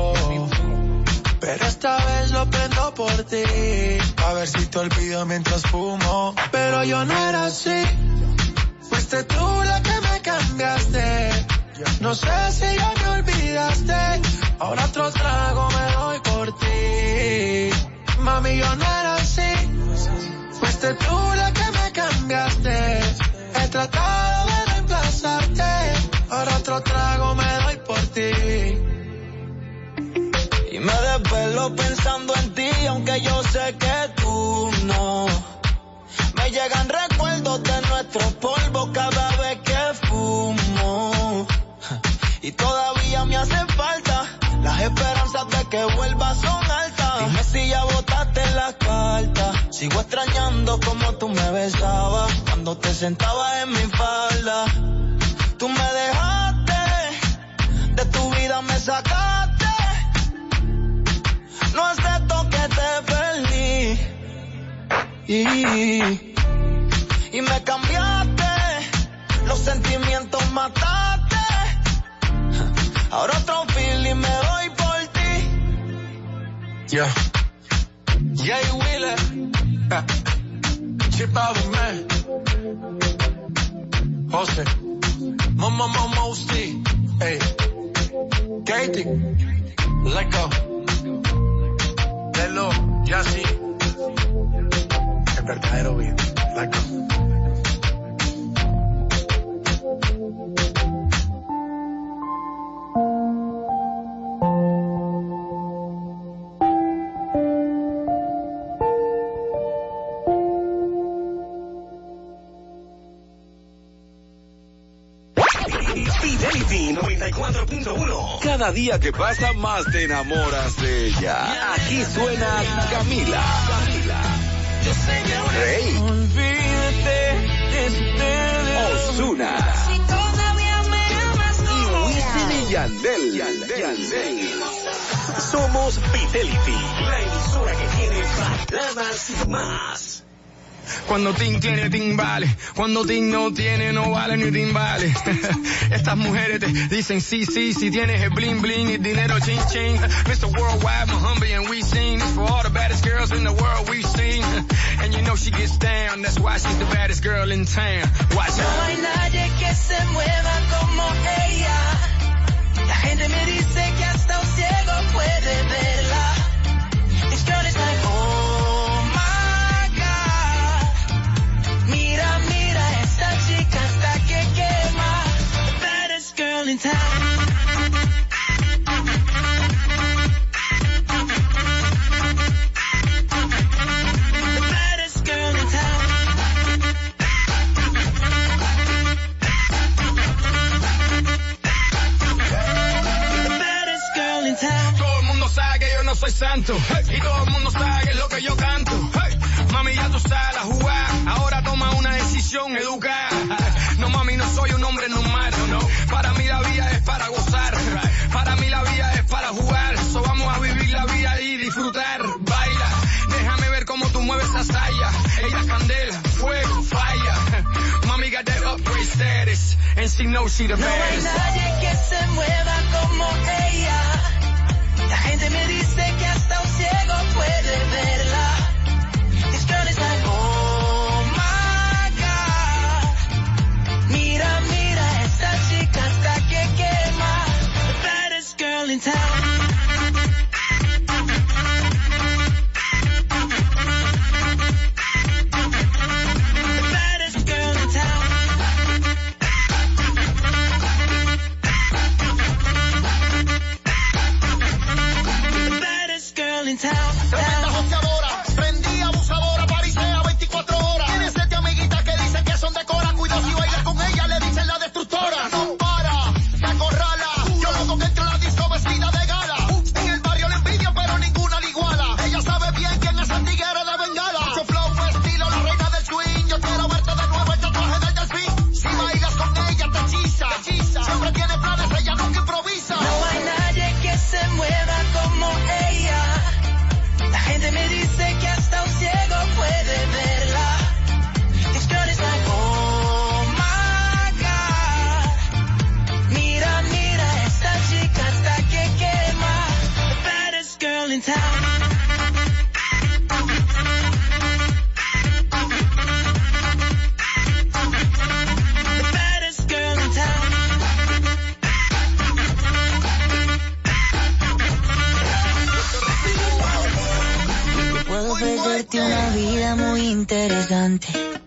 Speaker 17: Pero esta vez lo prendo por ti, a ver si te olvido mientras fumo. Pero yo no era así, fuiste tú la que me cambiaste. No sé si ya me olvidaste, Ahora otro trago me doy por ti. Mami, yo no era así. Fuiste tú la que me cambiaste. He tratado de reemplazarte. Ahora otro trago me doy por ti.
Speaker 8: Y me desvelo pensando en ti, aunque yo sé que tú no. Me llegan recuerdos de nuestros polvos cada vez que fumo. Y todavía me hace falta. Las esperanzas de que vuelvas son altas. Dime si ya botaste la carta. Sigo extrañando como tú me besabas cuando te sentabas en mi falda. Tú me dejaste, de tu vida me sacaste. No acepto que te perdí. Y me cambiaste, los sentimientos mataste. Ahora otro feeling me doy por ti.
Speaker 17: Yeah. Jay Wheeler. Chip out the man. Jose. Mama Mosti. Hey. Katie. Let go. Lelo. Yassi. El verdadero bien. Let go.
Speaker 10: Fidelity 94.1.
Speaker 2: Cada día que pasa más te enamoras de ella. Aquí suena Camila. Rey. Ozuna. Y Wisin y Yandel.
Speaker 10: Somos Fidelity, la emisora que tiene baladas y más.
Speaker 12: Cuando Tim tiene timbales, cuando Tim no tiene, no vale ni timbales. Estas mujeres te dicen sí, sí, si tienes el bling bling y dinero ching ching. Mr. Worldwide, Muhammad, and we sing this for all the baddest girls in the world we've seen. And you know she gets down, that's why she's the baddest girl in town. Watch
Speaker 6: No hay nadie que se mueva como ella. La gente me dice que hasta un ciego puede verla. This girl is like, oh my God. Mira, mira, esta chica hasta que quema. The baddest girl in town. The baddest girl in town. The baddest girl in town.
Speaker 12: Todo el mundo sabe que yo no soy santo, hey, y todo el mundo sabe que es lo que yo canto. Hey, mami, ya tú sabes la jugada, ahora toma una decisión educada. No, mami, no soy un hombre normal, no. Para mí la vida es para gozar, para mí la vida es para jugar. So vamos a vivir la vida y disfrutar. Baila, déjame ver cómo tú mueves esa saya. Ella es candela, fuego, fire. Mami got that upgrade status, and she knows she the
Speaker 6: No hay
Speaker 12: baddest.
Speaker 6: nadie que se mueva como ella. La gente me dice que hasta un ciego puede verla. This girl is like, oh my God. Mira, mira, esta chica hasta que quema. The baddest girl in town. The baddest girl in town. The baddest girl in town.
Speaker 14: Tremenda joseadora,
Speaker 19: ofrecerte una vida muy interesante.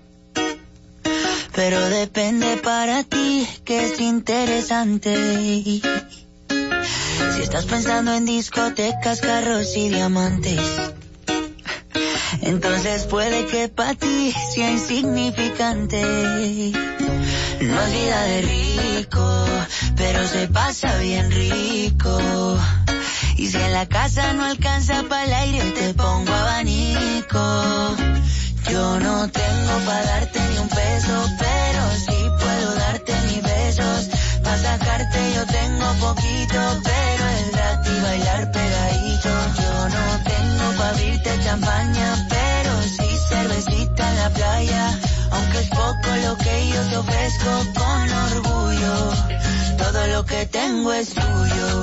Speaker 19: Pero depende para ti que es interesante. Si estás pensando en discotecas, carros y diamantes, entonces puede que para ti sea insignificante. No es vida de rico, pero se pasa bien rico. Y si en la casa no alcanza para el aire, te pongo abanico. Yo no tengo para darte ni un peso, pero sí puedo darte mis besos. Pa' sacarte yo tengo poquito, pero es gratis bailar pegadito. Yo no tengo pa' abrirte champaña, pero sí cervecita en la playa. Aunque es poco lo que yo te ofrezco con orgullo, todo lo que tengo es tuyo.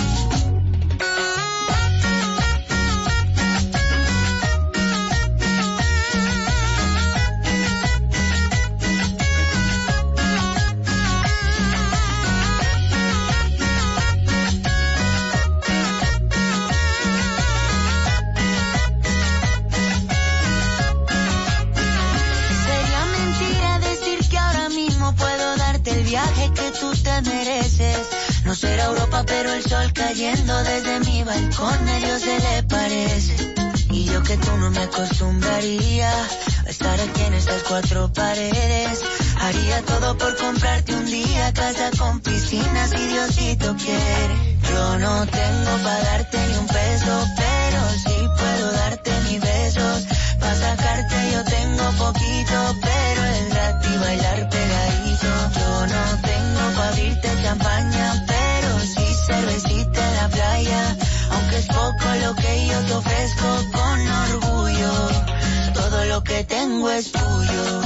Speaker 19: No será Europa, pero el sol cayendo desde mi balcón a Dios se le parece. Y yo que tú no me acostumbraría a estar aquí en estas cuatro paredes. Haría todo por comprarte un día casa con piscina si Diosito quiere. Yo no tengo para darte ni un peso, pero sí puedo darte mis besos. Pa' sacarte yo tengo poquito, pero es gratis bailar pegadito. Yo no tengo pa' abrirte champaña, pero sí cervecita en la playa. Aunque es poco lo que yo te ofrezco con orgullo, todo lo que tengo es tuyo.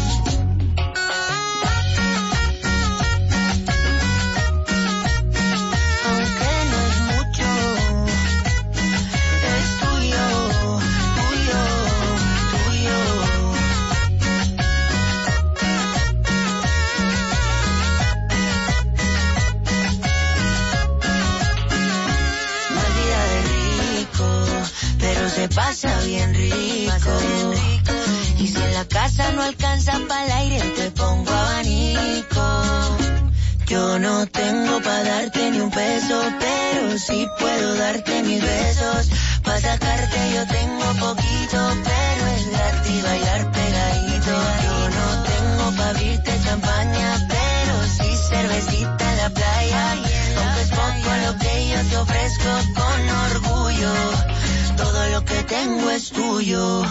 Speaker 19: Se pasa bien rico. Y si en la casa no alcanza para el aire, te pongo abanico. Yo no tengo para darte ni un peso, pero sí puedo darte mis besos. Pa' sacarte yo tengo poquito, pero es gratis bailar pegadito. Yo no tengo pa' abrirte champaña, pero sí cervecita en la playa. Aunque es poco lo que yo te ofrezco con orgullo, todo lo que tengo es tuyo.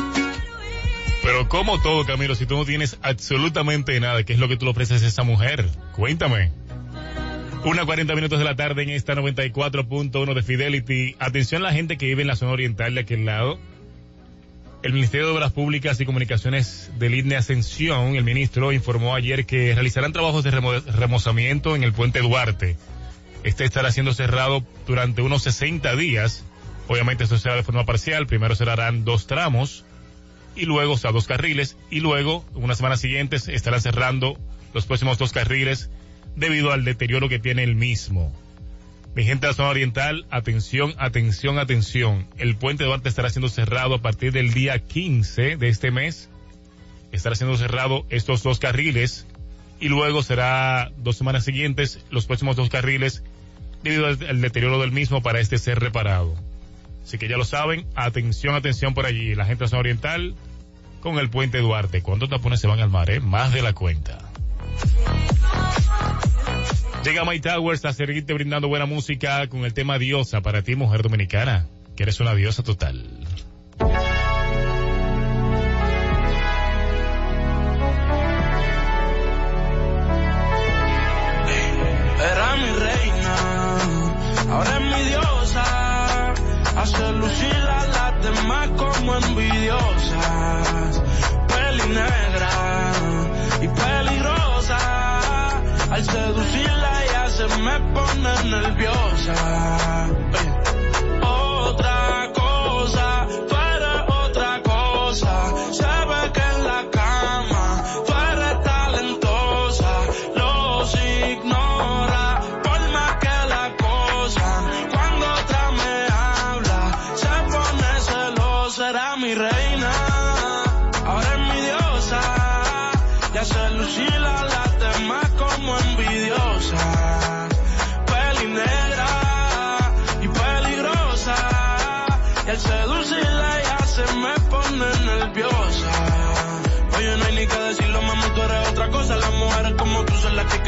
Speaker 4: Pero como todo, Camilo, si tú no tienes absolutamente nada, ¿qué es lo que tú le ofreces a esa mujer? Cuéntame. 1:40 de la tarde en esta 94.1 de Fidelity. Atención a la gente que vive en la zona oriental de aquel lado. El Ministerio de Obras Públicas y Comunicaciones del ITNE Ascensión, el ministro, informó ayer que realizarán trabajos de remozamiento en el puente Duarte. Este estará siendo cerrado durante unos 60 días. Obviamente esto será de forma parcial. Primero cerrarán 2 tramos y luego, o sea, 2 carriles, y luego, unas semanas siguientes, estarán cerrando los próximos 2 carriles debido al deterioro que tiene el mismo. Mi gente de la zona oriental, atención, atención, atención. El puente Duarte estará siendo cerrado a partir del día 15 de este mes. Estará siendo cerrado estos 2 carriles y luego será 2 semanas siguientes los próximos 2 carriles debido al deterioro del mismo para este ser reparado. Así que ya lo saben, atención, atención por allí. La gente de la zona oriental con el puente Duarte. ¿Cuántos tapones se van al mar, Más de la cuenta. Llega My Towers a seguirte brindando buena música con el tema Diosa para ti, mujer dominicana, que eres una diosa total.
Speaker 17: Era mi reina, ahora es mi diosa. Hace lucir a las demás como envidiosas. Peli negra y peligrosa. Al seducirla ella se me pone nerviosa. Otra cosa, tú eres otra cosa. Se ve que en la cama tú eres talentosa. Los ignora por más que la acosan. Cuando otra me habla se pone celosa. Era mi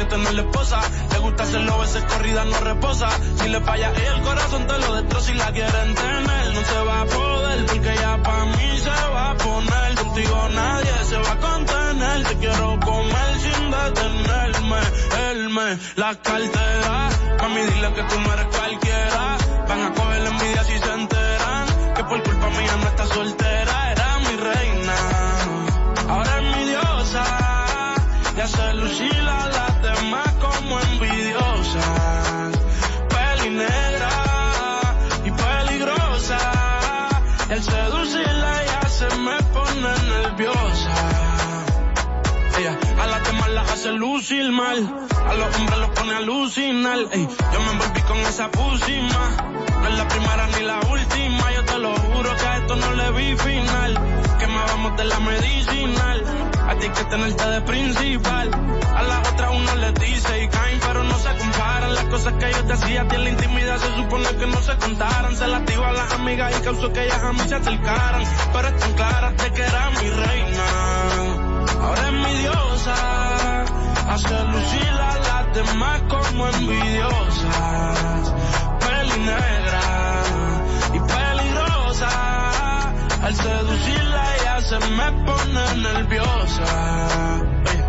Speaker 13: tenerle esposa. Le gusta hacerlo, veces corrida no reposa. Si le falla ella el corazón te lo destroza y la quieren tener. No se va a poder porque ya pa' mí se va a poner. Contigo nadie se va a contener. Te quiero comer sin detenerme. Él me la cartera. Mami, dile que tú no eres cualquiera. Van a coger la envidia si se enteran que por culpa mía no está soltera. Era mi reina, ahora es mi diosa. Y hace lucir a las demás como envidiosas. Peli negra y peligrosa. Y al seducirla ella se me pone nerviosa. Ella a las demás las hace lucir mal. A los hombres los pone a alucinar. Ey, yo me envolví con esa pusima. No es la primera ni la última. Yo te lo juro que a esto no le vi final. Quemábamos de la medicinal. A ti hay que tenerte de principal. A las otras uno les dice y caen, pero no se comparan. Las cosas que yo te hacía a ti en la intimidad se supone que no se contaran. Se las digo a las amigas y causó que ellas a mí se acercaran. Pero están claras de que era mi reina. Ahora es mi diosa. Hace lucir a las demás como envidiosas. Peli negra y peligrosa. Al seducirla ella se me pone nerviosa.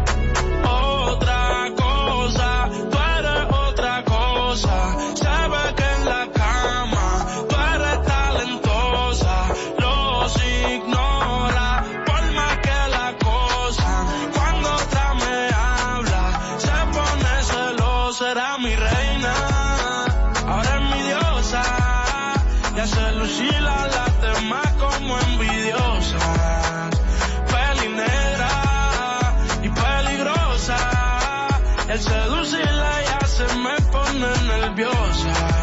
Speaker 13: Otra cosa, tú eres otra cosa. Se ve que en la cama tú eres talentosa. Los ignora por más que la acosan. Cuando otra me habla se pone celosa. Era mi reina, ahora es mi diosa. Y hace lucir a las demás como envidiosas. Peli negra y peligrosa. El seducirla ya se me pone nerviosa.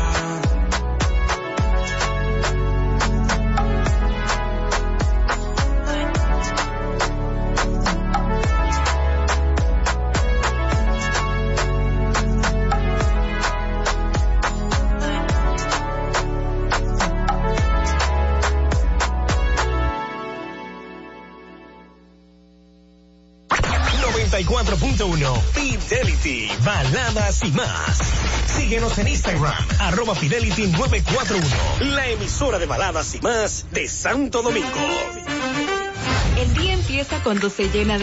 Speaker 10: Fidelity, baladas y más. Síguenos en Instagram, @Fidelity941, la emisora de baladas y más de Santo Domingo.
Speaker 20: El día empieza cuando se llena de...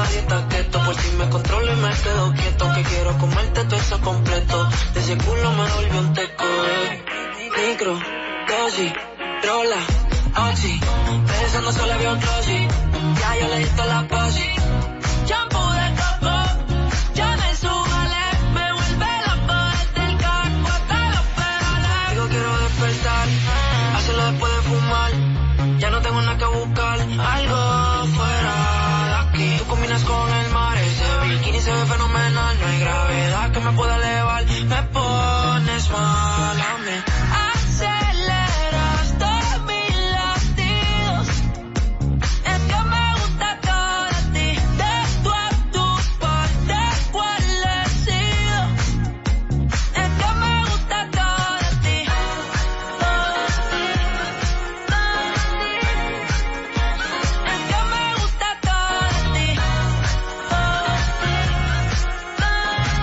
Speaker 15: dieta keto, por si me controlo y me quedo quieto, que quiero comerte todo eso completo, de ese culo me volvió un teco, micro, dosis, rola, oxi, pensando solo había un glossy, ya yo le di toda la posi, shampoo de coco, ya me subale, me vuelve loco desde el carro hasta los pedales, digo quiero despertar, hacerlo después de fumar, ya no tengo nada que buscar, algo fuera de aquí, tú combinas con el mar, ese bikini se ve fenomenal, no hay gravedad que me pueda elevar, me pones mal a mí. Aceleras todos mis latidos, es que me gusta todo de ti, de tú a tú por desguarecido, es que me gusta todo de ti, todo de ti, todo de ti, es que me gusta todo de ti, todo de ti, todo de ti,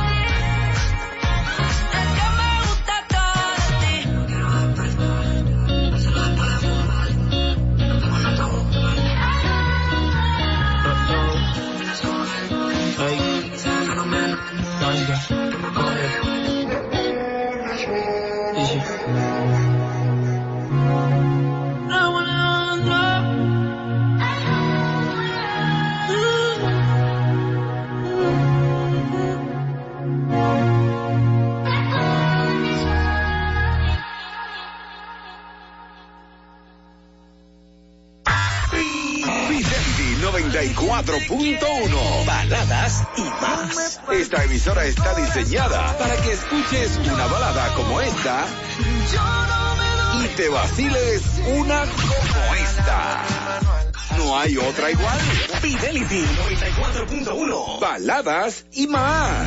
Speaker 15: es que me gusta todo de ti. Quiero despertar, hacerlo después de fumar, no tengo nada que buscar.
Speaker 2: Fidelity 94.1. Baladas y más. Esta emisora está diseñada para que escuches una balada como esta y te vaciles una como esta. No hay otra igual. Fidelity 94.1. Baladas y más.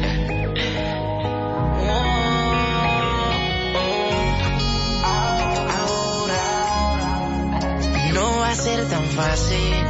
Speaker 9: No va a ser tan fácil,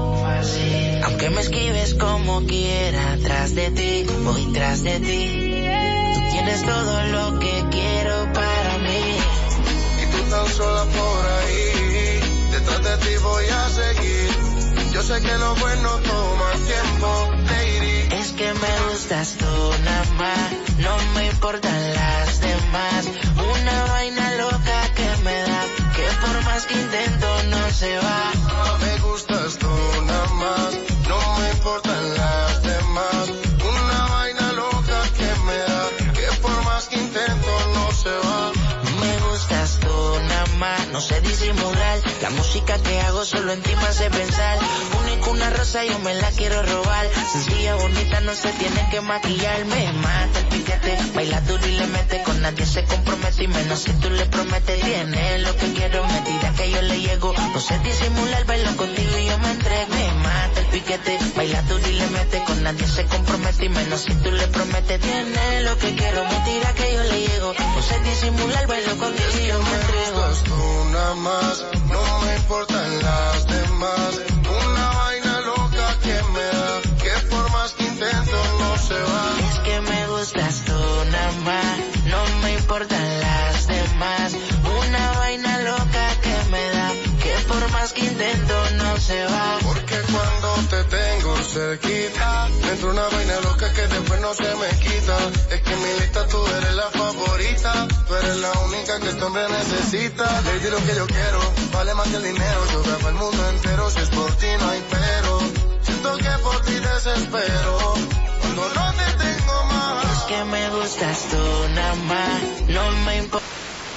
Speaker 9: aunque me esquives como quiera, tras de ti, voy tras de ti. Tú tienes todo lo que quiero para mí.
Speaker 5: Y tú tan sola por ahí, detrás de ti voy a seguir. Yo sé que lo bueno toma tiempo, lady.
Speaker 9: Es que me gustas tú nada más, no me importan las demás. Una vaina loca que me da, que por más que intento no se va.
Speaker 5: Me gustas tú nada más, no me importan las demás. Una vaina loca que me da, que por más que intento no se va.
Speaker 9: Me gustas tú nada más, no sé disimular. La música que hago solo en ti me hace pensar. Única una rosa yo me la quiero robar. Sencilla, bonita, no se tiene que maquillar. Me mata el piquete, baila duro y le mete. Con nadie se compromete y menos si tú le prometes. Tiene lo que quiero, me tira que yo le llego. No sé disimular, bailo contigo y yo me entrego. Me mata el piquete, baila duro y le mete. Con nadie se compromete y menos si tú le prometes. Tiene lo que quiero, me tira que yo le llego. No sé disimular, bailo contigo y yo me entrego.
Speaker 5: Me gustas tú nada más, no me importan las demás. Una vaina loca que me da, que por más que intento no se va.
Speaker 9: Es que me gustas tú nada más, no me importan las demás. Una vaina loca que me da, que por más que intento no se va.
Speaker 5: Porque cuando te tengo cerquita, me entra una vaina loca que después no se me quita. Es que en mi lista tú eres la favorita, tú eres la única que este hombre necesita. Le di lo que yo quiero, vale más que el dinero. Yo grabo el mundo entero, si es por ti no hay pero. Siento que por ti desespero, cuando no te tengo más.
Speaker 9: Es que me gustas tú nada más, no me importa.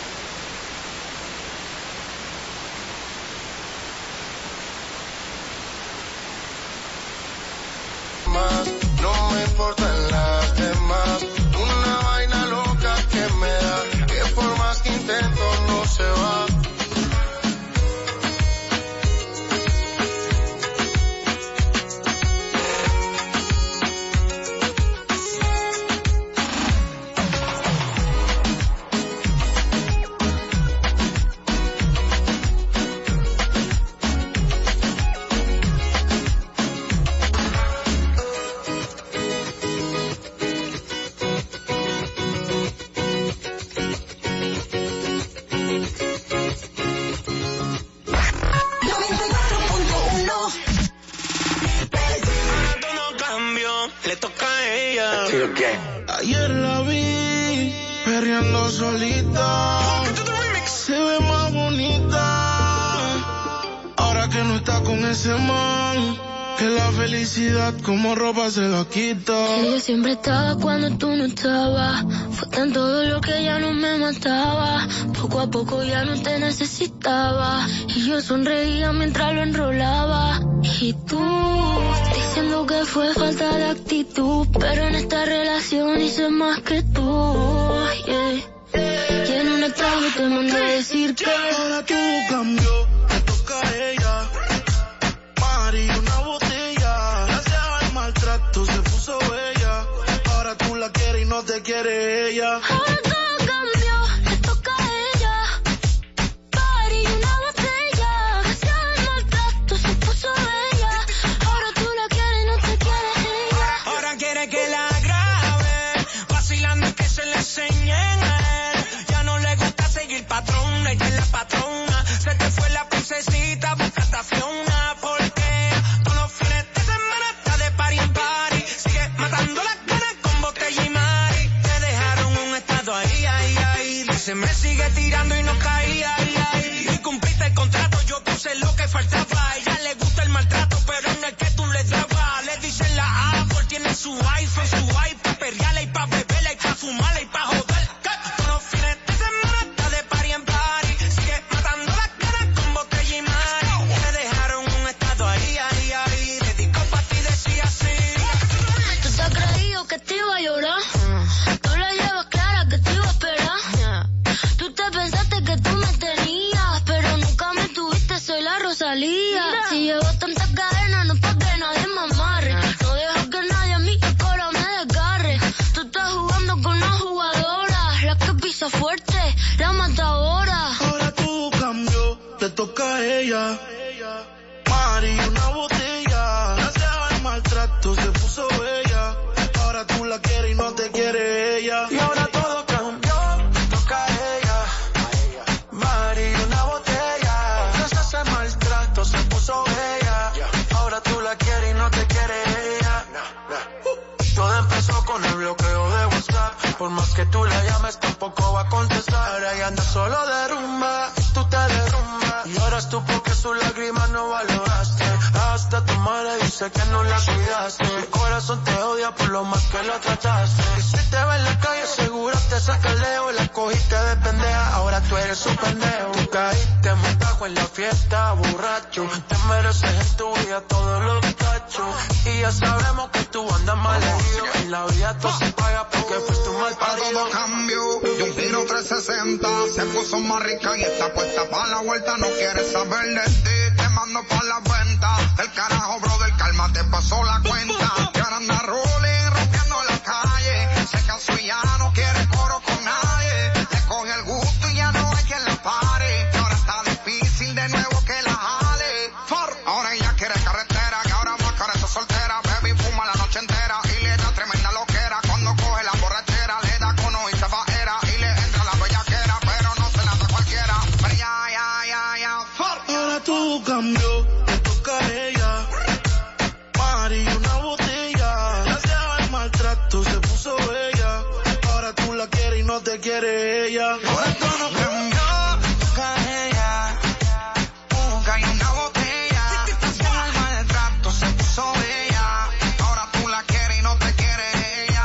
Speaker 5: No me importan las demás. Una vaina loca que me da, que por más que intento no se va.
Speaker 17: le toca a ella.
Speaker 5: Ayer la vi perreando solita, se ve más bonita ahora que no está con ese man, que la felicidad como ropa se la quita.
Speaker 21: Ella siempre estaba cuando tú no estabas, fue tanto dolor que ya no me mataba, poco a poco ya no te necesitaba, y yo sonreía mientras lo enrolaba, y tú diciendo que fue falta de actitud, pero en esta relación hice más que tú, yeah. Y en un extraño te mandé a decir que
Speaker 5: ahora tú cambió, te toca a ella, Mari, una botella, gracias al maltrato se puso bella, ahora tú la quieres y no te quiere ella.
Speaker 21: Ahora todo cambió, le toca a ella, Mari, una botella, gracias al maltrato se puso bella, ahora tú la quieres y no te quiere ella.
Speaker 12: Ahora quiere que la grabe, vacilando y que se le enseñen a él, ya no le gusta seguir patrón, ella es la patrona, se te fue la princesita, buscaste a Fiona, porque todos los fines de semana está de party en party, sigue matando las ganas con botella y mari, te dejaron un estado ahí, ahí, ahí, dice me sigue tirando y no caía, ahí, ahí, y cumpliste el contrato, yo puse lo que faltaba, a ella le gusta el maltrato, pero no es que tú le dabas, le dicen la Apple, tiene su iPhone, su iPad, perreala y pa' beberla y pa' fumarla y pa' joder, todos los fines de semana está de party en party, sigue matando las ganas con botella y mari, te dejaron un estado ahí, ahí, ahí, dedicó pa' ti, decía así.
Speaker 21: ¿Tú te has creído que te iba a llorar? Tú la llevas clara que te iba a esperar. Tú te pensaste que tú me tenías, pero nunca me tuviste, soy la Rosalía. Si llevo tantas cadenas no es pa' que nadie me amarre, no dejo que nadie a mi cola me desgarre. Tú estás jugando con una jugadora, la que pisa fuerte, la matadora.
Speaker 5: Ahora tú cambió, te toca a ella, Mari, una botella, gracias al maltrato se puso bella, ahora tú la quieres y no te quiere ella.
Speaker 17: Y ahora todo cambió, te toca a ella, Mari, una botella, gracias al maltrato se puso bella, ahora tú la quieres y no te quiere ella. Todo empezó con el bloqueo de WhatsApp, por más que tú la llames tampoco va a contestar, ahora ella anda solo de rumba, tú te derrumbas, y lloras tú porque sus lágrimas no valoraste, hasta tu madre dice que no la cuidaste, el corazón te odia por lo más que lo trataste, y si te ve en la calle seguro te saca el leo, la cogiste de pendeja, ahora tú eres un pendejo, tú caíste muy bajo en la fiesta, borracho, te mereces en tu vida todos los cachos, y ya sabemos que tú andas mal herido, en la vida todo se paga porque fuiste un mal parido.
Speaker 14: Todo cambió, de un tiro 360, se puso más rica y está puesta pa' la vuelta, no quiere saber de ti, te mando pa' la venta, el carajo brother, calma, te pasó la cuenta, que ahora anda rolling, rompiendo la calle, se cansó y ya no quiere coro con nadie, le coge el gusto y ya no hay quien la pare, que ahora está difícil de nuevo que la jale, ahora ella quiere carretera, que ahora va careta soltera, baby fuma la noche entera, y le da tremenda loquera, cuando coge la borrachera, le da cono y se bajera, y le entra la bellaquera, pero no se nada cualquiera, pero ya,
Speaker 5: ahora tú cambió, te toca a ella, Mari, una botella, gracias al maltrato se puso bella, ahora tú la quieres y no te quiere ella. Ahora tú no cambió,
Speaker 14: te toca a ella, busca y una botella, gracias al maltrato se puso bella, ahora tú la quieres y no te quiere ella.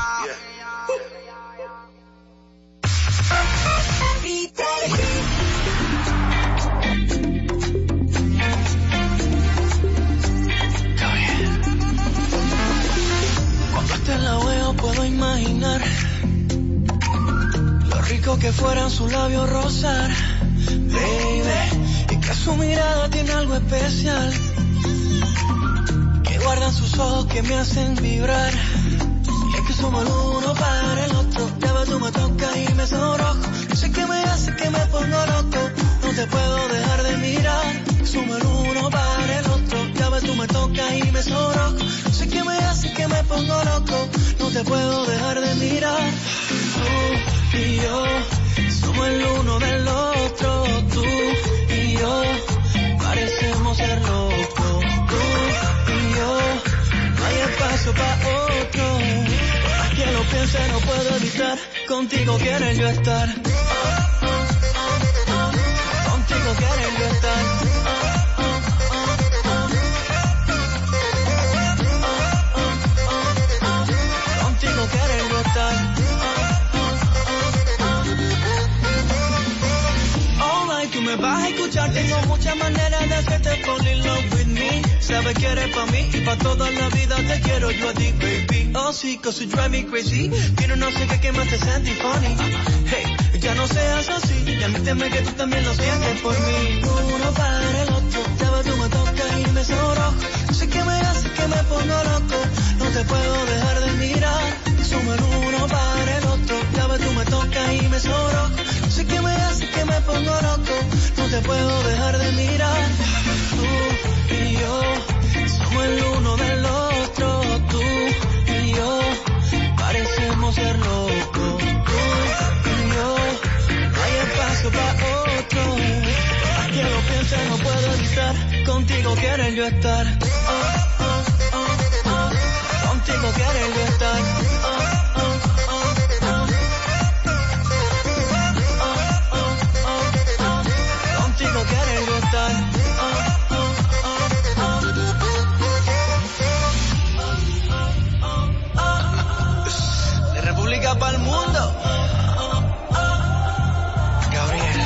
Speaker 21: Cuando te la veo puedo imaginar lo rico que fueran sus labios rozar, baby, y que su mirada tiene algo especial, que guardan sus ojos que me hacen vibrar, y es que somos el uno para el otro, ya ves tú me tocas y me sonrojo, no sé qué me hace que me pongo loco, no te puedo dejar de mirar, somos el uno para el otro, ya ves tú me tocas y me sonrojo, no sé qué me hace que me pongo loco, no te puedo dejar de mirar, tú y yo somos el uno del otro, tú y yo parecemos ser locos, tú y yo no hay espacio paso pa' otro. Por más que lo piense no puedo evitar, contigo quiero yo estar. Contigo quiero yo estar. Contigo quiero yo estar. Tú me vas a escuchar, tengo muchas maneras de hacerte fall in love with me. Sabes que eres pa' mí y pa' toda la vida te quiero yo a ti, baby. Oh sí, cause you drive me crazy. Tiene no sé qué que más te sentí funny. Hey, ya no seas así, y admíteme que tú también lo sientes por mí. Uno para el otro, sabes tú me tocas y me sonrojo. No sé qué me hace que me pongo loco, no te puedo dejar de mirar. Somos el uno para el otro, sabes tú me tocas y me sonrojo. No sé qué me hace que me pongo loco, no te puedo dejar de mirar. Tú y yo somos el uno del otro. Tú y yo parecemos ser locos. Tú y yo no hay espacio para otro. Aquí lo pienso no puedo evitar, contigo quiero yo estar. Contigo quiero yo estar. Contigo quiero yo estar. De República para el mundo. Gabriel.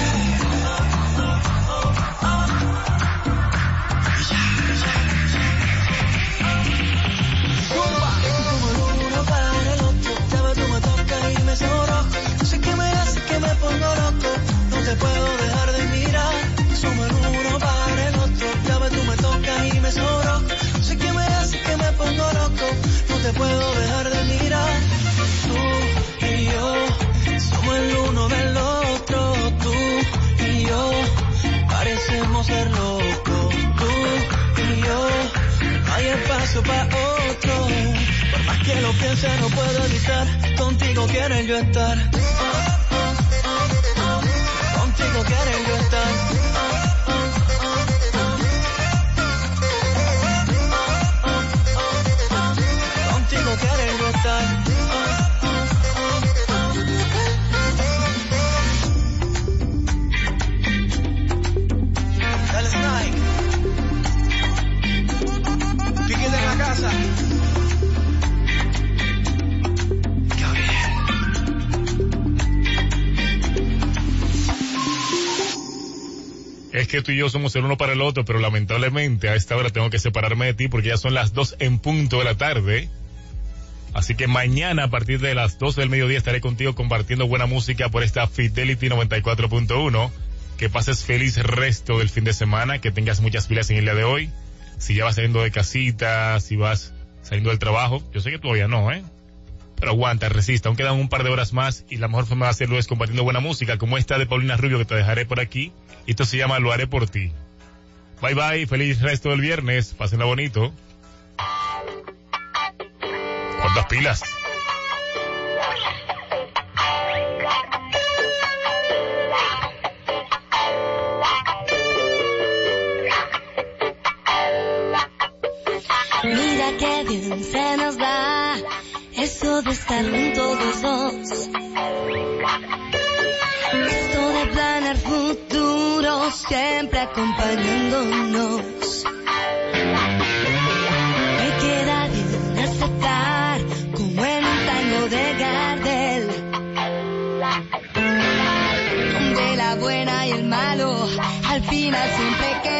Speaker 21: Como el uno para el otro, sabes tú me tocas y me sonrojo. No sé qué me hace que me pongo loco, no te puedo dejar de mirar. Somos el uno para el otro, sabes tú me tocas y me sonrojo. No sé qué me hace que me pongo loco, no te puedo dejar de mirar. Tú y yo somos el uno del otro. Tú y yo parecemos ser locos. Tú y yo no hay espacio para otro. Por más que lo piense no puedo evitar, contigo quiero yo estar. Contigo quiero yo estar. Contigo quiero yo estar. Dale Snake. Piquete en la casa.
Speaker 4: Es que tú y yo somos el uno para el otro, pero lamentablemente a esta hora tengo que separarme de ti porque ya son las 2 en punto de la tarde. Así que mañana a partir de las 12 del mediodía estaré contigo compartiendo buena música por esta Fidelity 94.1. Que pases feliz resto del fin de semana, que tengas muchas pilas en el día de hoy. Si ya vas saliendo de casita, si vas saliendo del trabajo, yo sé que todavía no, pero aguanta, resista, aún quedan un par de horas más y la mejor forma de hacerlo es compartiendo buena música como esta de Paulina Rubio que te dejaré por aquí. Esto se llama Lo haré por ti. Bye bye, feliz resto del viernes, pásenla bonito. ¿Cuántas pilas?
Speaker 19: Mira qué bien se nos da eso de estar juntos los dos. Esto de planear futuro siempre acompañándonos. Me queda bien aceptar como en un tango de Gardel, donde la buena y el malo al final siempre quedan.